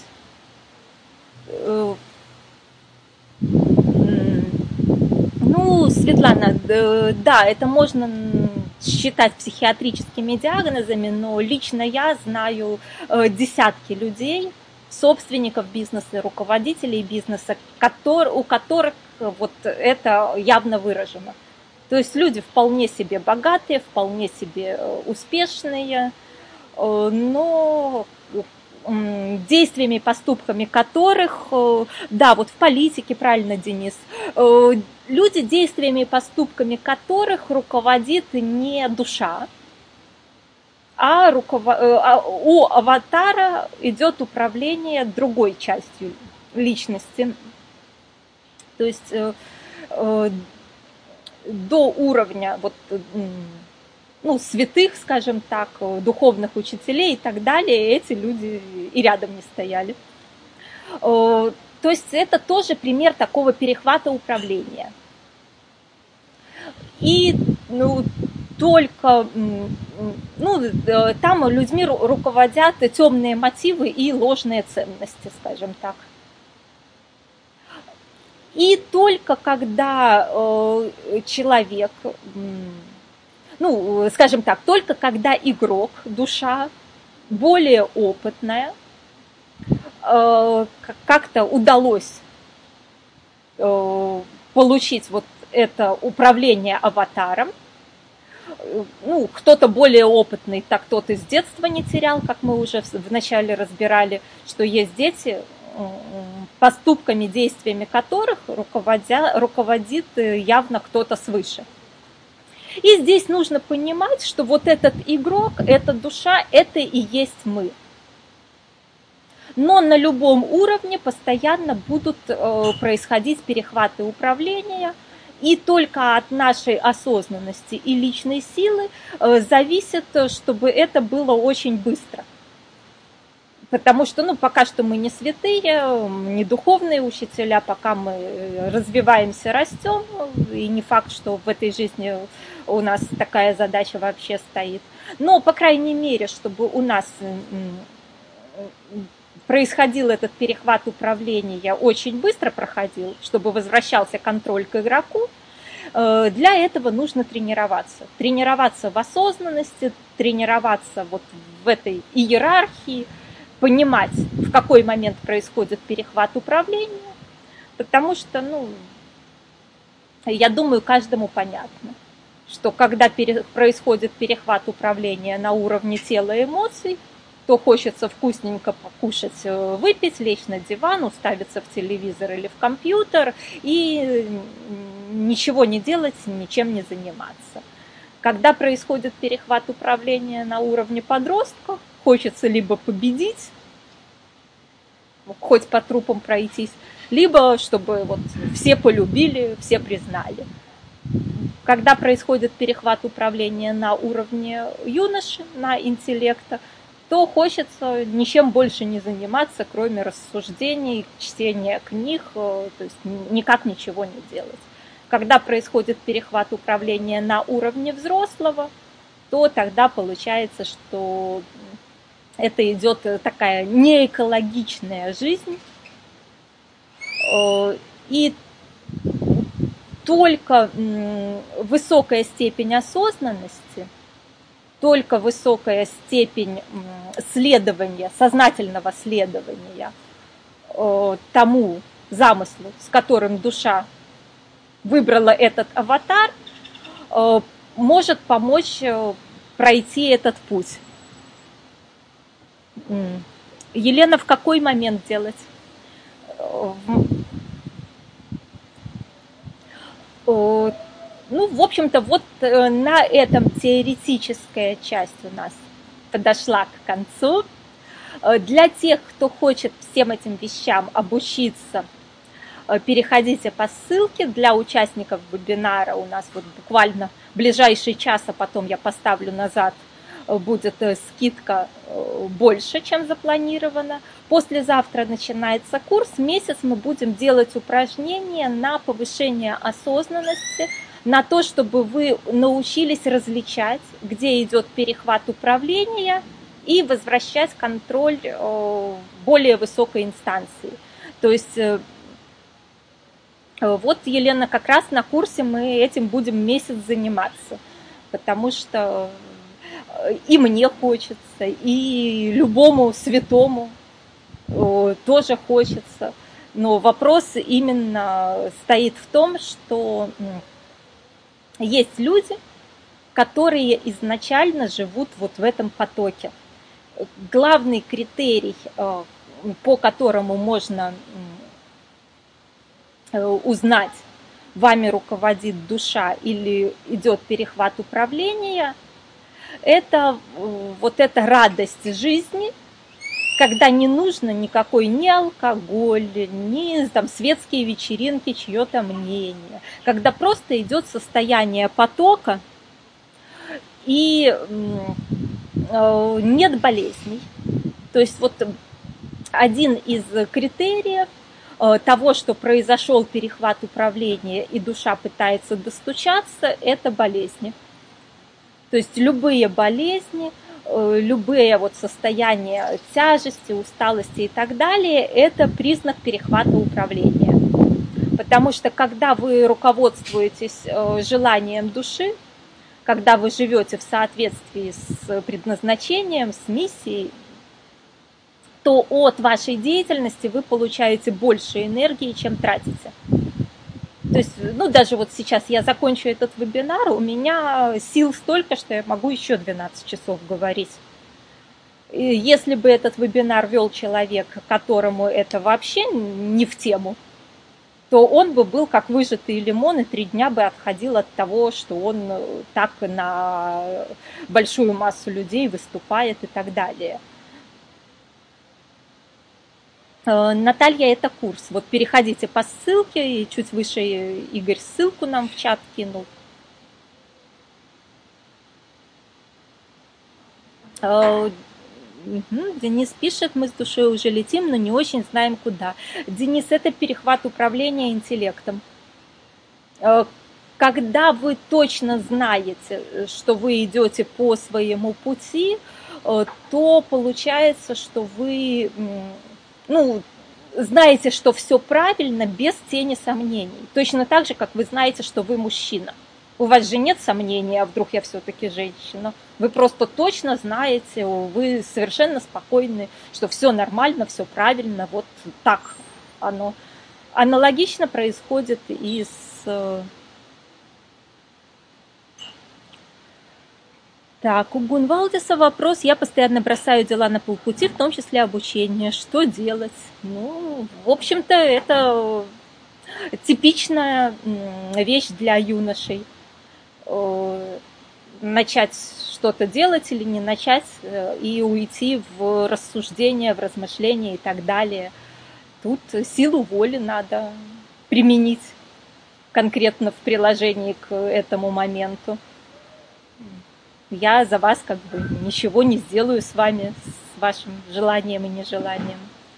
Ну, Светлана, да, это можно считать психиатрическими диагнозами, но лично я знаю десятки людей, собственников бизнеса, руководителей бизнеса, у которых вот это явно выражено. То есть люди вполне себе богатые, вполне себе успешные, но действиями и поступками которых, да, вот в политике, правильно, Денис, люди, действиями и поступками которых руководит не душа, а у аватара идет управление другой частью личности. То есть до уровня вот, ну, святых, скажем так, духовных учителей и так далее, эти люди и рядом не стояли. То есть это тоже пример такого перехвата управления. И только там людьми руководят темные мотивы и ложные ценности, скажем так. И только когда человек, ну, скажем так, только когда игрок, душа, более опытная, как-то удалось получить вот это управление аватаром, ну, кто-то более опытный, так тот из детства не терял, как мы уже вначале разбирали, что есть дети, поступками, действиями которых руководит явно кто-то свыше. И здесь нужно понимать, что вот этот игрок, эта душа, это и есть мы. Но на любом уровне постоянно будут происходить перехваты управления, И только от нашей осознанности и личной силы зависит, чтобы это было очень быстро. Потому что, ну, пока что мы не святые, не духовные учителя, пока мы развиваемся, растем, и не факт, что в этой жизни у нас такая задача вообще стоит. Но, по крайней мере, чтобы у нас происходил этот перехват управления, очень быстро проходил, чтобы возвращался контроль к игроку, для этого нужно тренироваться. Тренироваться в осознанности, тренироваться вот в этой иерархии, понимать, в какой момент происходит перехват управления, потому что, ну, я думаю, каждому понятно, что когда происходит перехват управления на уровне тела и эмоций, то хочется вкусненько покушать, выпить, лечь на диван, уставиться в телевизор или в компьютер и ничего не делать, ничем не заниматься. Когда происходит перехват управления на уровне подростка, хочется либо победить, хоть по трупам пройтись, либо чтобы вот все полюбили, все признали. Когда происходит перехват управления на уровне юноши, на интеллекта, то хочется ничем больше не заниматься, кроме рассуждений, чтения книг, то есть никак ничего не делать. Когда происходит перехват управления на уровне взрослого, то тогда получается, что это идет такая неэкологичная жизнь, и только высокая степень осознанности, только высокая степень следования, сознательного следования тому замыслу, с которым душа выбрала этот аватар, может помочь пройти этот путь. Елена, в какой момент делать? Ну, в общем-то, вот на этом теоретическая часть у нас подошла к концу. Для тех, кто хочет всем этим вещам обучиться, переходите по ссылке. Для участников вебинара у нас вот буквально в ближайший час, а потом я поставлю назад, будет скидка больше, чем запланировано. Послезавтра начинается курс. Месяц мы будем делать упражнения на повышение осознанности, на то, чтобы вы научились различать, где идет перехват управления, и возвращать контроль более высокой инстанции. То есть вот, Елена, как раз на курсе мы этим будем месяц заниматься, потому что и мне хочется, и любому святому тоже хочется. Но вопрос именно стоит в том, что есть люди, которые изначально живут вот в этом потоке. Главный критерий, по которому можно узнать, вами руководит душа или идет перехват управления, это вот эта радость жизни, когда не нужно никакой ни алкоголь, ни там светские вечеринки, чье-то мнение, когда просто идет состояние потока и нет болезней. То есть вот один из критериев того, что произошел перехват управления и душа пытается достучаться, это болезни. То есть любые болезни, любые вот состояния тяжести, усталости и так далее, это признак перехвата управления. Потому что когда вы руководствуетесь желанием души, когда вы живете в соответствии с предназначением, с миссией, то от вашей деятельности вы получаете больше энергии, чем тратите. То есть, ну, даже вот сейчас я закончу этот вебинар, у меня сил столько, что я могу еще 12 часов говорить. И если бы этот вебинар вел человек, которому это вообще не в тему, то он бы был как выжатый лимон и 3 дня бы отходил от того, что он так на большую массу людей выступает и так далее. Наталья, это курс. Вот переходите по ссылке, и чуть выше Игорь ссылку нам в чат кинул. Денис пишет, мы с душой уже летим, но не очень знаем куда. Денис, это перехват управления интеллектом. Когда вы точно знаете, что вы идете по своему пути, то получается, что вы знаете, что все правильно, без тени сомнений. Точно так же, как вы знаете, что вы мужчина. У вас же нет сомнений, а вдруг я все-таки женщина. Вы просто точно знаете, вы совершенно спокойны, что все нормально, все правильно, вот так оно. Аналогично происходит и с... Так, у Гунвалдиса вопрос. Я постоянно бросаю дела на полпути, в том числе обучение. Что делать? Ну, в общем-то, это типичная вещь для юношей. Начать что-то делать или не начать и уйти в рассуждение, в размышления и так далее. Тут силу воли надо применить конкретно в приложении к этому моменту. Я за вас как бы ничего не сделаю с вами, с вашим желанием и нежеланием.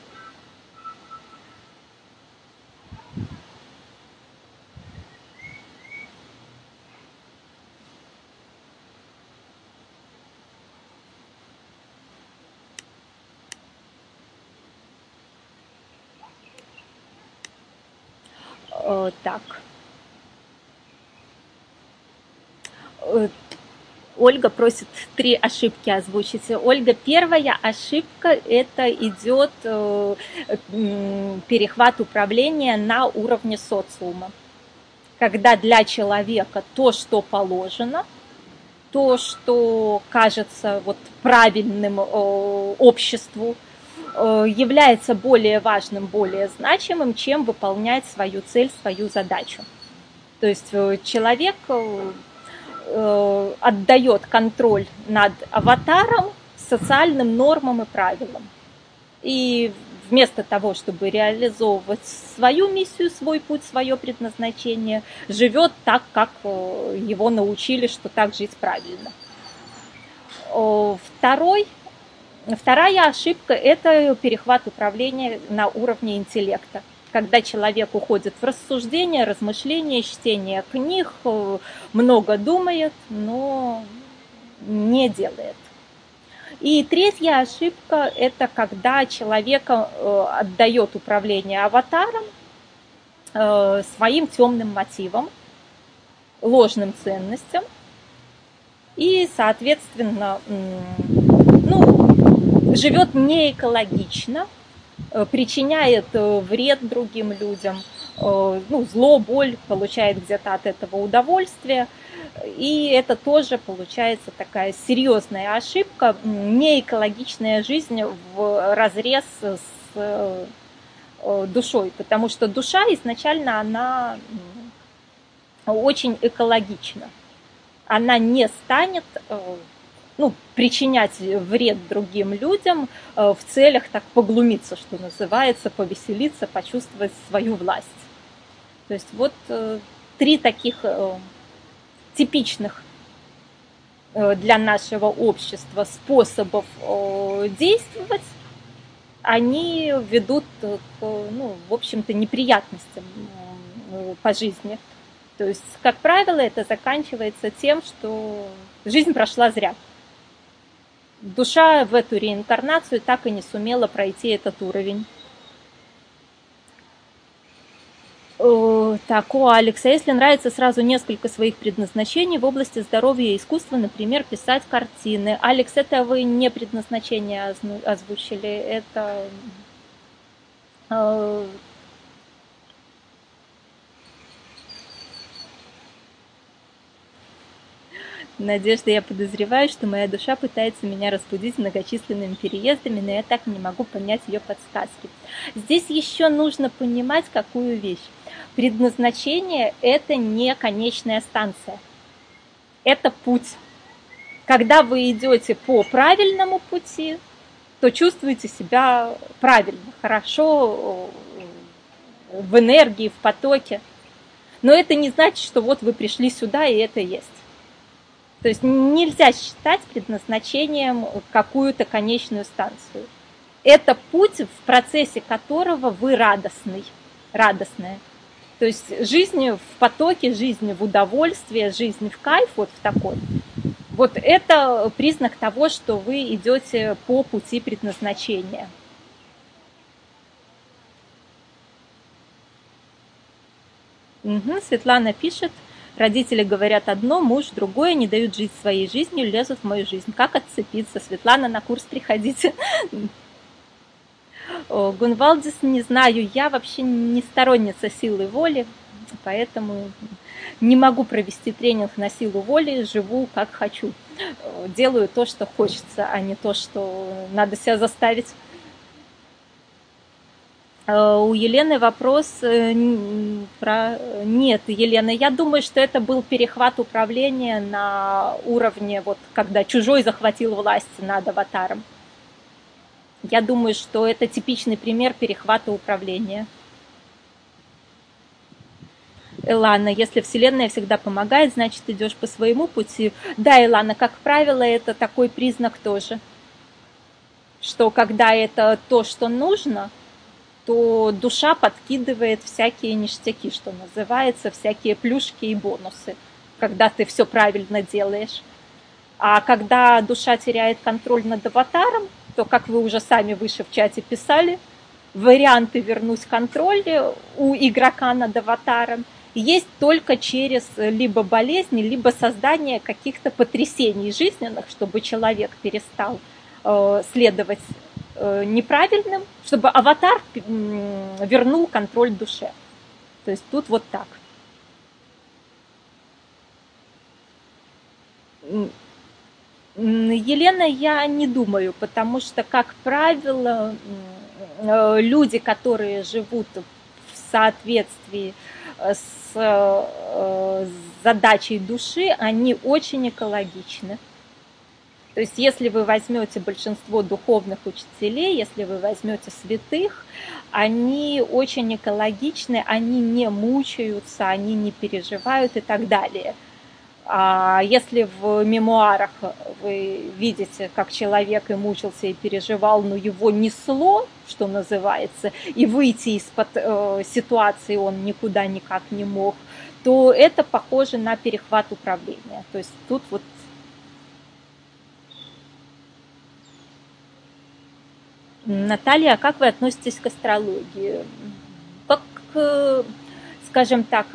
Так. Ольга просит 3 ошибки озвучить. Ольга, первая ошибка – это идет перехват управления на уровне социума. Когда для человека то, что положено, то, что кажется вот правильным обществу, является более важным, более значимым, чем выполнять свою цель, свою задачу. То есть человек отдает контроль над аватаром социальным нормам и правилам. И вместо того, чтобы реализовывать свою миссию, свой путь, свое предназначение, живет так, как его научили, что так жить правильно. Вторая ошибка – это перехват управления на уровне интеллекта. Когда человек уходит в рассуждение, размышления, чтение книг, много думает, но не делает. И третья ошибка – это когда человек отдает управление аватаром своим темным мотивам, ложным ценностям и, соответственно, живет не экологично, причиняет вред другим людям, зло, боль, получает где-то от этого удовольствие. И это тоже получается такая серьезная ошибка, неэкологичная жизнь в разрез с душой, потому что душа изначально, она очень экологична. Она не станет причинять вред другим людям в целях так поглумиться, что называется, повеселиться, почувствовать свою власть. То есть вот 3 таких типичных для нашего общества способов действовать, они ведут к, в общем-то, неприятностям по жизни. То есть, как правило, это заканчивается тем, что жизнь прошла зря. Душа в эту реинкарнацию так и не сумела пройти этот уровень. Так, Алекс, а если нравится сразу несколько своих предназначений в области здоровья и искусства, например, писать картины. Алекс, это вы не предназначение озвучили, это... Надежда, я подозреваю, что моя душа пытается меня разбудить многочисленными переездами, но я так не могу понять ее подсказки. Здесь еще нужно понимать какую вещь. Предназначение – это не конечная станция. Это путь. Когда вы идете по правильному пути, то чувствуете себя правильно, хорошо, в энергии, в потоке. Но это не значит, что вот вы пришли сюда, и это есть. То есть нельзя считать предназначением какую-то конечную станцию. Это путь, в процессе которого вы радостная. То есть жизнь в потоке, жизнь в удовольствии, жизнь в кайф, вот в такой. Вот это признак того, что вы идете по пути предназначения. Угу, Светлана пишет, родители говорят одно, муж другое, не дают жить своей жизнью, лезут в мою жизнь. Как отцепиться? Светлана, на курс приходите. Гунвалдис, не знаю, я вообще не сторонница силы воли, поэтому не могу провести тренинг на силу воли, живу как хочу. Делаю то, что хочется, а не то, что надо себя заставить. У Елены вопрос про... Нет, Елена, я думаю, что это был перехват управления на уровне, вот когда чужой захватил власть над аватаром. Я думаю, что это типичный пример перехвата управления. Элана, если Вселенная всегда помогает, значит, идешь по своему пути. Да, Элана, как правило, это такой признак тоже, что когда это то, что нужно, то душа подкидывает всякие ништяки, что называется, всякие плюшки и бонусы, когда ты все правильно делаешь. А когда душа теряет контроль над аватаром, то, как вы уже сами выше в чате писали, варианты вернуть контроль у игрока над аватаром есть только через либо болезни, либо создание каких-то потрясений жизненных, чтобы человек перестал следовать неправильным, чтобы аватар вернул контроль душе. То есть тут вот так. Елена, я не думаю, потому что, как правило, люди, которые живут в соответствии с задачей души, они очень экологичны. То есть если вы возьмете большинство духовных учителей, если вы возьмете святых, они очень экологичны, они не мучаются, они не переживают и так далее. А если в мемуарах вы видите, как человек и мучился, и переживал, но его несло, что называется, и выйти из-под ситуации он никуда никак не мог, то это похоже на перехват управления. То есть тут вот Наталья, а как вы относитесь к астрологии? Как, скажем так,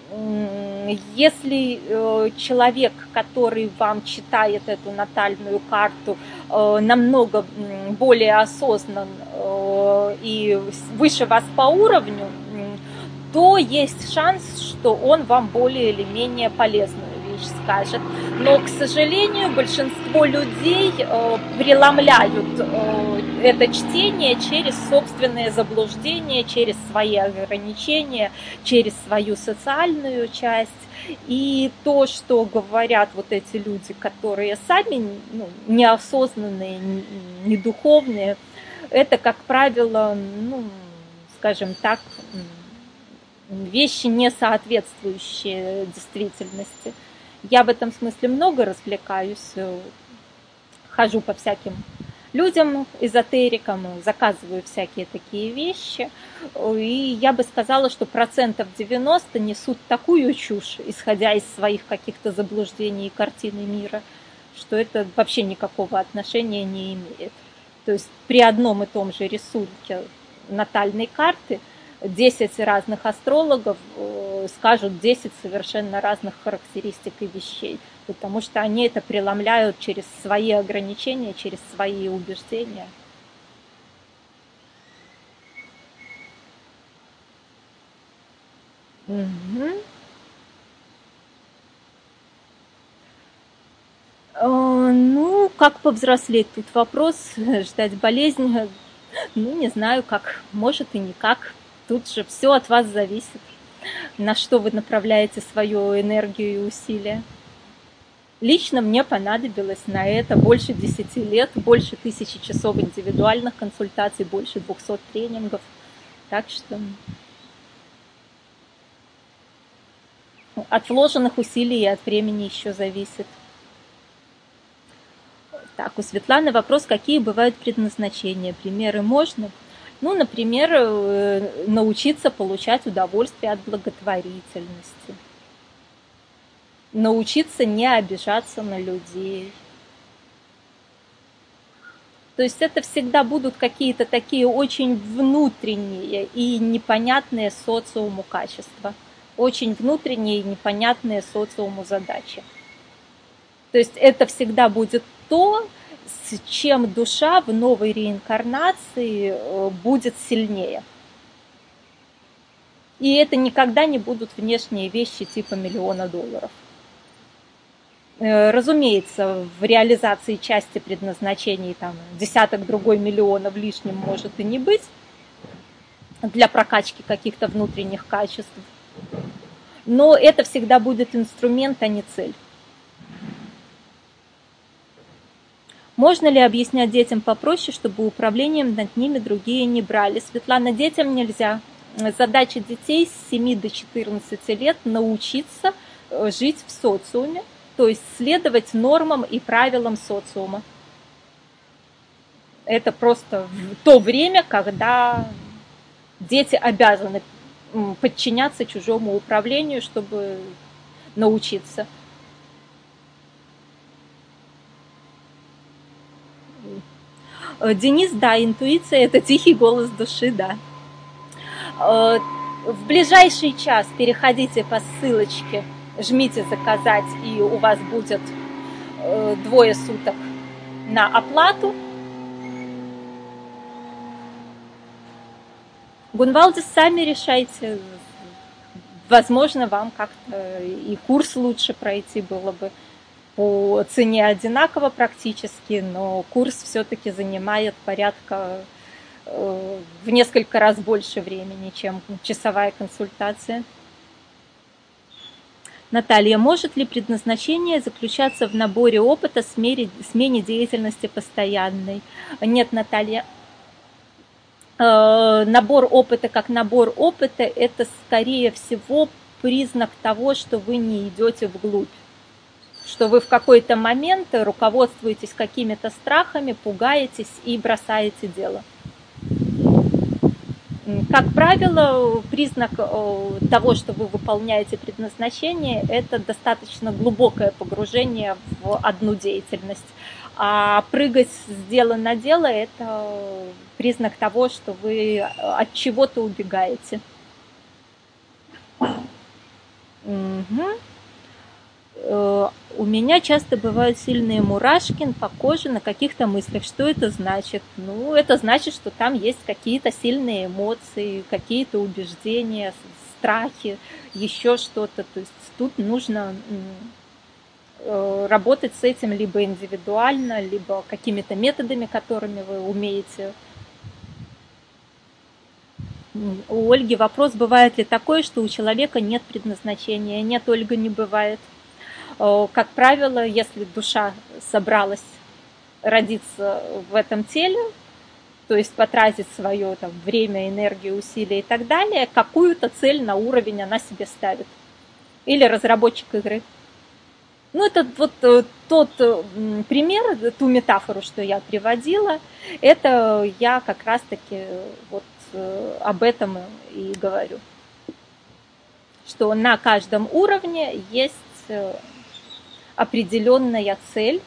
если человек, который вам читает эту натальную карту, намного более осознан и выше вас по уровню, то есть шанс, что он вам более или менее полезную вещь скажет. Но, к сожалению, большинство людей преломляют это чтение через собственные заблуждения, через свои ограничения, через свою социальную часть. И то, что говорят вот эти люди, которые сами неосознанные, не духовные, это, как правило, скажем так, вещи, не соответствующие действительности. Я в этом смысле много развлекаюсь, хожу по всяким людям, эзотерикам, заказываю всякие такие вещи. И я бы сказала, что 90% несут такую чушь, исходя из своих каких-то заблуждений и картины мира, что это вообще никакого отношения не имеет. То есть при одном и том же рисунке натальной карты 10 разных астрологов скажут 10 совершенно разных характеристик и вещей, потому что они это преломляют через свои ограничения, через свои убеждения. Угу. Как повзрослеть? Тут вопрос, ждать болезнь, не знаю, как, может и никак. Тут же все от вас зависит, на что вы направляете свою энергию и усилия. Лично мне понадобилось на это больше 10 лет, больше 1000 часов индивидуальных консультаций, больше 200 тренингов. Так что от вложенных усилий и от времени еще зависит. Так, у Светланы вопрос, какие бывают предназначения. Примеры можно? Ну, например, научиться получать удовольствие от благотворительности. Научиться не обижаться на людей. То есть это всегда будут какие-то такие очень внутренние и непонятные социуму качества. Очень внутренние и непонятные социуму задачи. То есть это всегда будет то, с чем душа в новой реинкарнации будет сильнее. И это никогда не будут внешние вещи типа $1 000 000. Разумеется, в реализации части предназначений там десяток другой миллионов лишним может и не быть для прокачки каких-то внутренних качеств. Но это всегда будет инструмент, а не цель. Можно ли объяснять детям попроще, чтобы управлением над ними другие не брали? Светлана, детям нельзя. Задача детей с 7 до 14 лет научиться жить в социуме, то есть следовать нормам и правилам социума. Это просто то время, когда дети обязаны подчиняться чужому управлению, чтобы научиться. Денис, да, интуиция – это тихий голос души, да. В ближайший час переходите по ссылочке, жмите «Заказать», и у вас будет 2 суток на оплату. Гунвалдис, сами решайте. Возможно, вам как-то и курс лучше пройти было бы. По цене одинаково практически, но курс все-таки занимает порядка в несколько раз больше времени, чем часовая консультация. Наталья, может ли предназначение заключаться в наборе опыта, смене деятельности постоянной? Нет, Наталья. Набор опыта как набор опыта – это, скорее всего, признак того, что вы не идете вглубь. Что вы в какой-то момент руководствуетесь какими-то страхами, пугаетесь и бросаете дело. Как правило, признак того, что вы выполняете предназначение, это достаточно глубокое погружение в одну деятельность. А прыгать с дела на дело – это признак того, что вы от чего-то убегаете. Угу. У меня часто бывают сильные мурашки по коже на каких-то мыслях. Что это значит? Ну, это значит, что там есть какие-то сильные эмоции, какие-то убеждения, страхи, еще что-то. То есть тут нужно работать с этим либо индивидуально, либо какими-то методами, которыми вы умеете. У Ольги вопрос, бывает ли такое, что у человека нет предназначения? Нет, Ольга, не бывает. Как правило, если душа собралась родиться в этом теле, то есть потратить свое там, время, энергию, усилия и так далее, какую-то цель на уровень она себе ставит. Или разработчик игры. Ну, это вот тот пример, ту метафору, что я приводила, это я как раз-таки вот об этом и говорю. Что на каждом уровне есть определенная цель,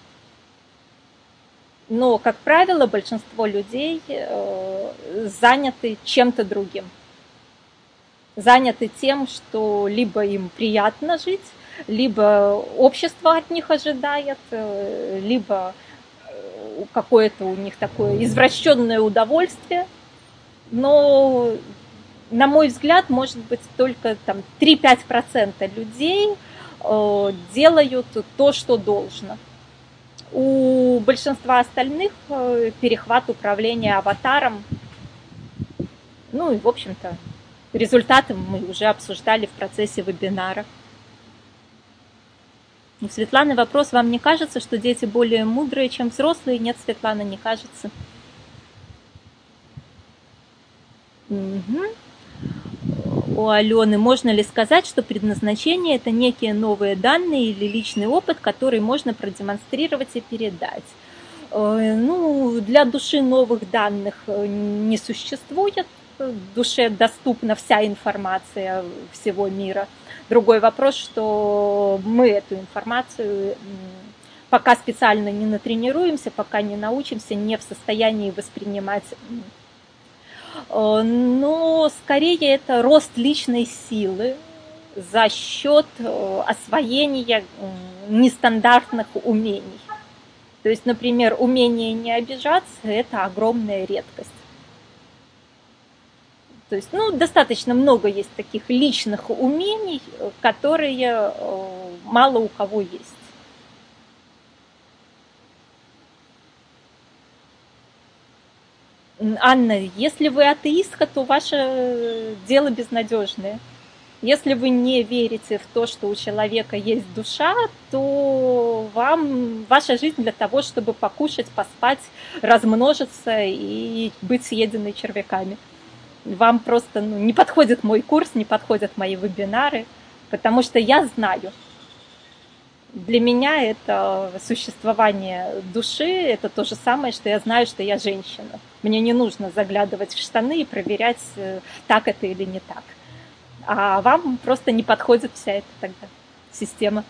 но, как правило, большинство людей заняты чем-то другим. Заняты тем, что либо им приятно жить, либо общество от них ожидает, либо какое-то у них такое извращенное удовольствие. Но, на мой взгляд, может быть, только там 3-5% людей делают то, что должно. У большинства остальных перехват управления аватаром, ну и, в общем-то, результаты мы уже обсуждали в процессе вебинара. У Светланы вопрос: вам не кажется, что дети более мудрые, чем взрослые? Нет, Светлана, не кажется. Угу. У Алены: можно ли сказать, что предназначение – это некие новые данные или личный опыт, который можно продемонстрировать и передать? Ну, для души новых данных не существует. Душе доступна вся информация всего мира. Другой вопрос, что мы эту информацию, пока специально не натренируемся, пока не научимся, не в состоянии воспринимать. Но скорее это рост личной силы за счет освоения нестандартных умений. То есть, например, умение не обижаться – это огромная редкость. То есть, ну, достаточно много есть таких личных умений, которые мало у кого есть. Анна, если вы атеистка, то ваше дело безнадежное. Если вы не верите в то, что у человека есть душа, то вам ваша жизнь для того, чтобы покушать, поспать, размножиться и быть съеденной червяками. Вам просто не подходит мой курс, не подходят мои вебинары, потому что я знаю. Для меня это существование души, это то же самое, что я знаю, что я женщина. Мне не нужно заглядывать в штаны и проверять, так это или не так. А вам просто не подходит вся эта тогда система.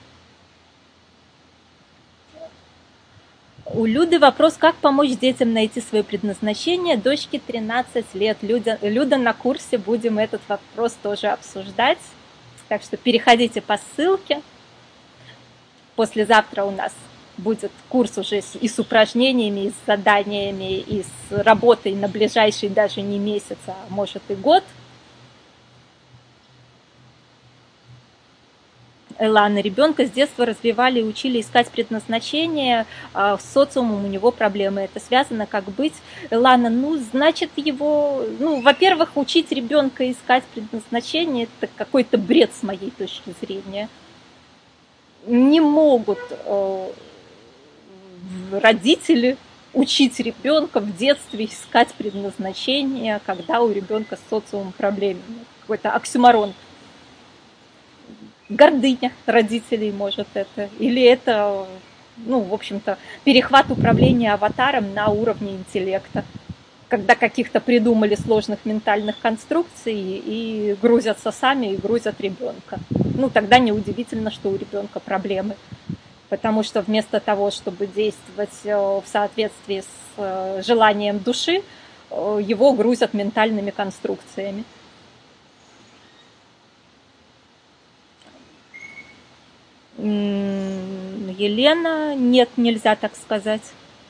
У Люды вопрос: как помочь детям найти свое предназначение? Дочке 13 лет. Люда, на курсе будем этот вопрос тоже обсуждать. Так что переходите по ссылке. Послезавтра у нас будет курс уже и с упражнениями, и с заданиями, и с работой на ближайший даже не месяц, а может и год. Элана: ребенка с детства развивали и учили искать предназначение, а с социумом у него проблемы. Это связано, как быть? Элана: значит, его, во-первых, учить ребенка искать предназначение – это какой-то бред с моей точки зрения. Не могут родители учить ребенка в детстве искать предназначение, когда у ребенка с социумом проблемы. Какой-то оксюморон. Гордыня родителей может это. Или это, в общем-то, перехват управления аватаром на уровне интеллекта. Когда каких-то придумали сложных ментальных конструкций и грузятся сами, и грузят ребенка. Тогда неудивительно, что у ребенка проблемы. Потому что вместо того, чтобы действовать в соответствии с желанием души, его грузят ментальными конструкциями. Елена: нет, нельзя так сказать.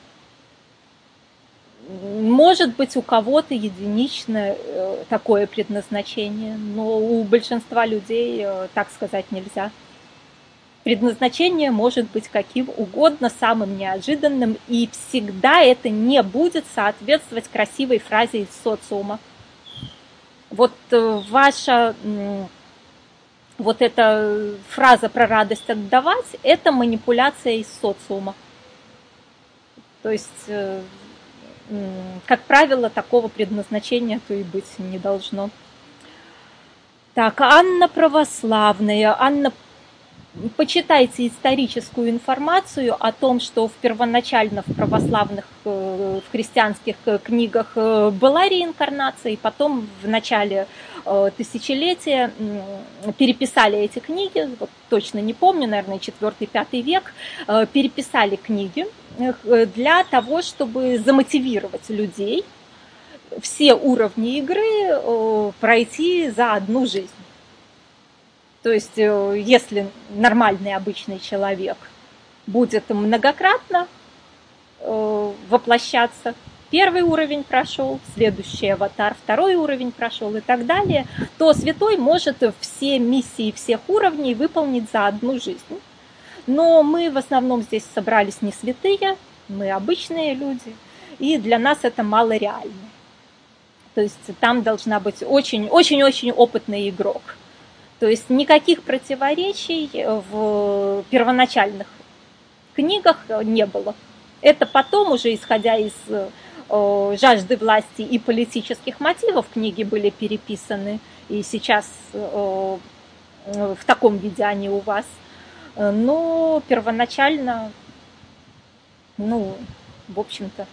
Может быть, у кого-то единичное такое предназначение, но у большинства людей так сказать нельзя. Предназначение может быть каким угодно, самым неожиданным, и всегда это не будет соответствовать красивой фразе из социума. Вот ваша... Вот эта фраза про радость отдавать – это манипуляция из социума. То есть, как правило, такого предназначения то и быть не должно. Так, Анна Православная. Анна, почитайте историческую информацию о том, что первоначально в православных, в христианских книгах была реинкарнация, и потом в начале тысячелетия переписали эти книги, вот точно не помню, наверное, 4-5 век, переписали книги для того, чтобы замотивировать людей все уровни игры пройти за одну жизнь. То есть, если нормальный обычный человек будет многократно воплощаться, первый уровень прошел, следующий аватар, второй уровень прошел и так далее, то святой может все миссии всех уровней выполнить за одну жизнь. Но мы в основном здесь собрались не святые, мы обычные люди, и для нас это мало реально. То есть там должна быть очень-очень-очень опытный игрок. То есть никаких противоречий в первоначальных книгах не было. Это потом уже, исходя из жажды власти и политических мотивов, книги были переписаны, и сейчас в таком виде они у вас. Но первоначально, ну, в общем-то.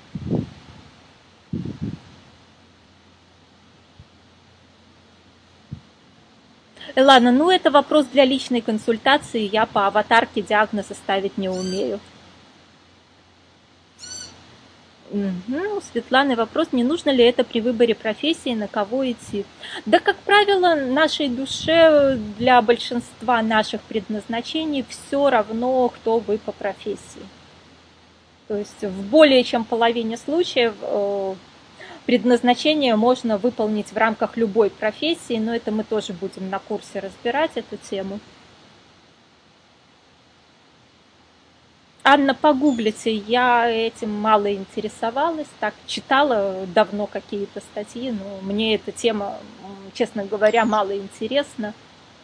Ладно, ну это вопрос для личной консультации, я по аватарке диагноза ставить не умею. Угу. У Светланы вопрос, не нужно ли это при выборе профессии, на кого идти? Да, как правило, нашей душе для большинства наших предназначений все равно, кто вы по профессии. То есть в более чем половине случаев предназначение можно выполнить в рамках любой профессии, но это мы тоже будем на курсе разбирать эту тему. Анна, погуглите, я этим мало интересовалась, так читала давно какие-то статьи, но мне эта тема, честно говоря, мало интересна.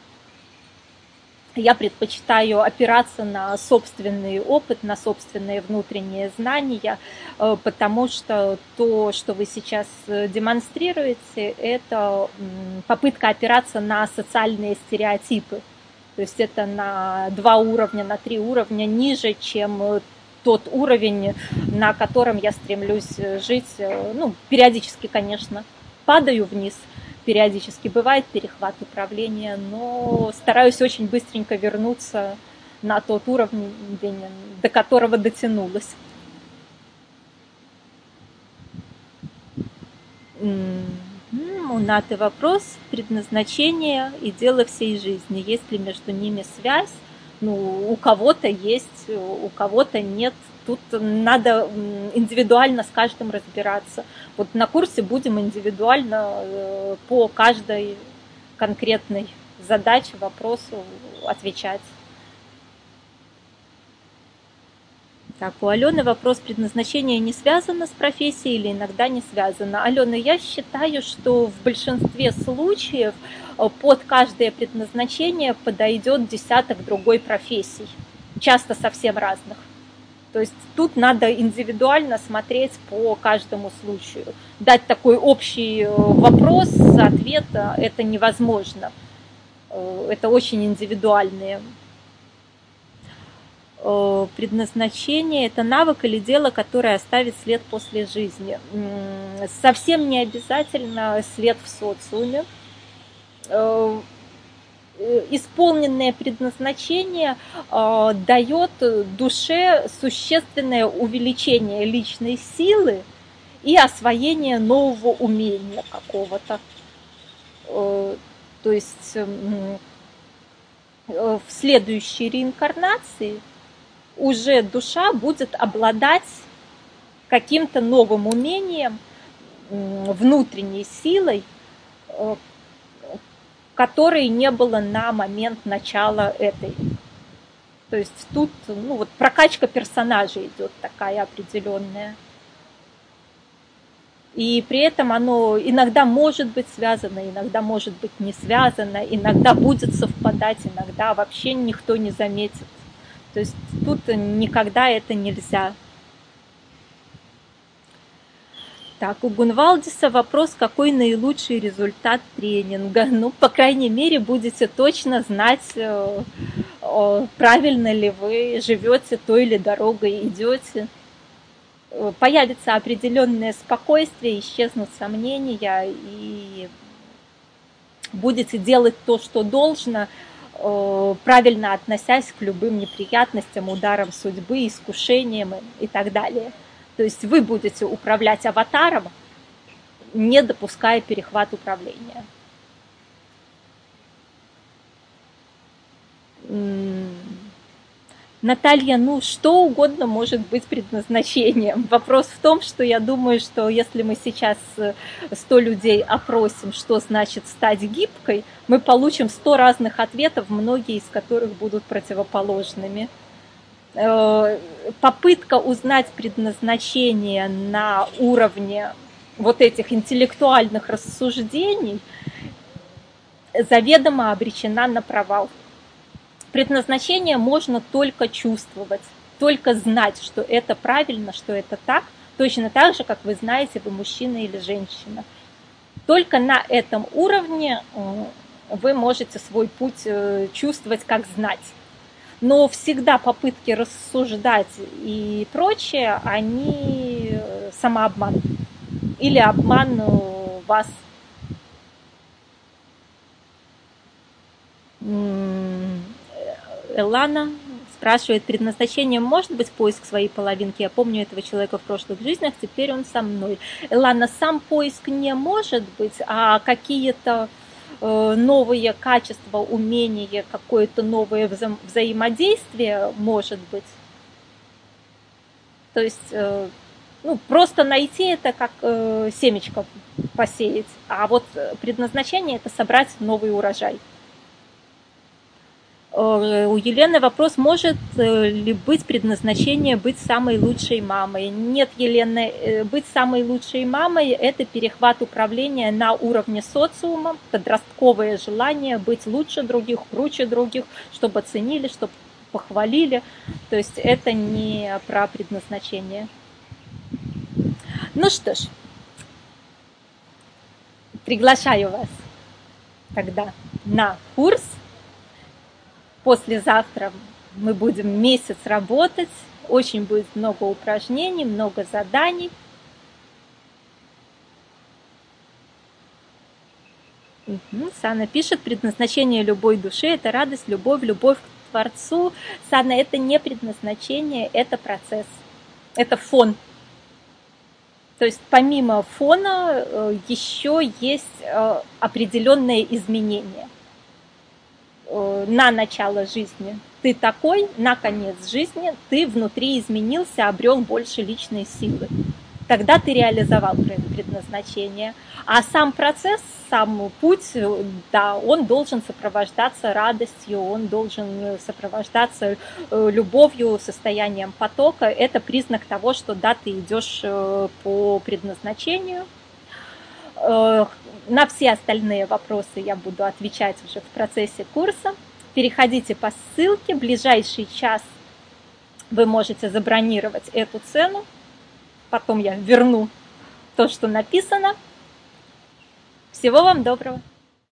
Я предпочитаю опираться на собственный опыт, на собственные внутренние знания, потому что то, что вы сейчас демонстрируете, это попытка опираться на социальные стереотипы. То есть это на 2 уровня, на 3 уровня ниже, чем тот уровень, на котором я стремлюсь жить. Ну, периодически, конечно, падаю вниз, периодически бывает перехват управления, но стараюсь очень быстренько вернуться на тот уровень, до которого дотянулась. У Наты вопрос, предназначение и дело всей жизни. Есть ли между ними связь? Ну, у кого-то есть, у кого-то нет. Тут надо индивидуально с каждым разбираться. Вот на курсе будем индивидуально по каждой конкретной задаче, вопросу отвечать. Так, у Алены вопрос, предназначение не связано с профессией или иногда не связано. Алена, я считаю, что в большинстве случаев под каждое предназначение подойдет десяток другой профессий, часто совсем разных. То есть тут надо индивидуально смотреть по каждому случаю. Дать такой общий вопрос, ответ, это невозможно. Это очень индивидуальные. Предназначение – это навык или дело, которое оставит след после жизни. Совсем не обязательно след в социуме. Исполненное предназначение дает душе существенное увеличение личной силы и освоение нового умения какого-то. То есть в следующей реинкарнации уже душа будет обладать каким-то новым умением, внутренней силой, которой не было на момент начала этой. То есть тут вот прокачка персонажа идет такая определенная. И при этом оно иногда может быть связано, иногда может быть не связано, иногда будет совпадать, иногда вообще никто не заметит. То есть тут никогда это нельзя. Так, у Гунвалдиса вопрос, какой наилучший результат тренинга. Ну, по крайней мере, будете точно знать, правильно ли вы живете, той ли дорогой идете. Появится определенное спокойствие, исчезнут сомнения, и будете делать то, что должно, правильно относясь к любым неприятностям, ударам судьбы, искушениям и так далее. То есть вы будете управлять аватаром, не допуская перехват управления. Наталья, ну что угодно может быть предназначением. Вопрос в том, что я думаю, что если мы сейчас 100 людей опросим, что значит стать гибкой, мы получим 100 разных ответов, многие из которых будут противоположными. Попытка узнать предназначение на уровне вот этих интеллектуальных рассуждений заведомо обречена на провал. Предназначение можно только чувствовать, только знать, что это правильно, что это так, точно так же, как вы знаете, вы мужчина или женщина. Только на этом уровне вы можете свой путь чувствовать, как знать. Но всегда попытки рассуждать и прочее, они самообман или обман вас. Элана спрашивает, предназначением может быть поиск своей половинки? Я помню этого человека в прошлых жизнях, теперь он со мной. Элана, сам поиск не может быть, а какие-то новые качества, умения, какое-то новое взаимодействие может быть. То есть просто найти это как семечко посеять, а вот предназначение это собрать новый урожай. У Елены вопрос, может ли быть предназначение быть самой лучшей мамой? Нет, Елена, быть самой лучшей мамой – это перехват управления на уровне социума, подростковое желание быть лучше других, круче других, чтобы оценили, чтобы похвалили. То есть это не про предназначение. Ну что ж, приглашаю вас тогда на курс. Послезавтра мы будем месяц работать, очень будет много упражнений, много заданий. Сана пишет, предназначение любой души – это радость, любовь к Творцу. Сана, это не предназначение, это процесс, это фон. То есть помимо фона еще есть определенные изменения. На начало жизни ты такой, на конец жизни ты внутри изменился, обрел больше личной силы. Тогда ты реализовал предназначение. А сам процесс, сам путь, да, он должен сопровождаться радостью, он должен сопровождаться любовью, состоянием потока. Это признак того, что да, ты идешь по предназначению. На все остальные вопросы я буду отвечать уже в процессе курса. Переходите по ссылке. В ближайший час вы можете забронировать эту цену. Потом я верну то, что написано. Всего вам доброго.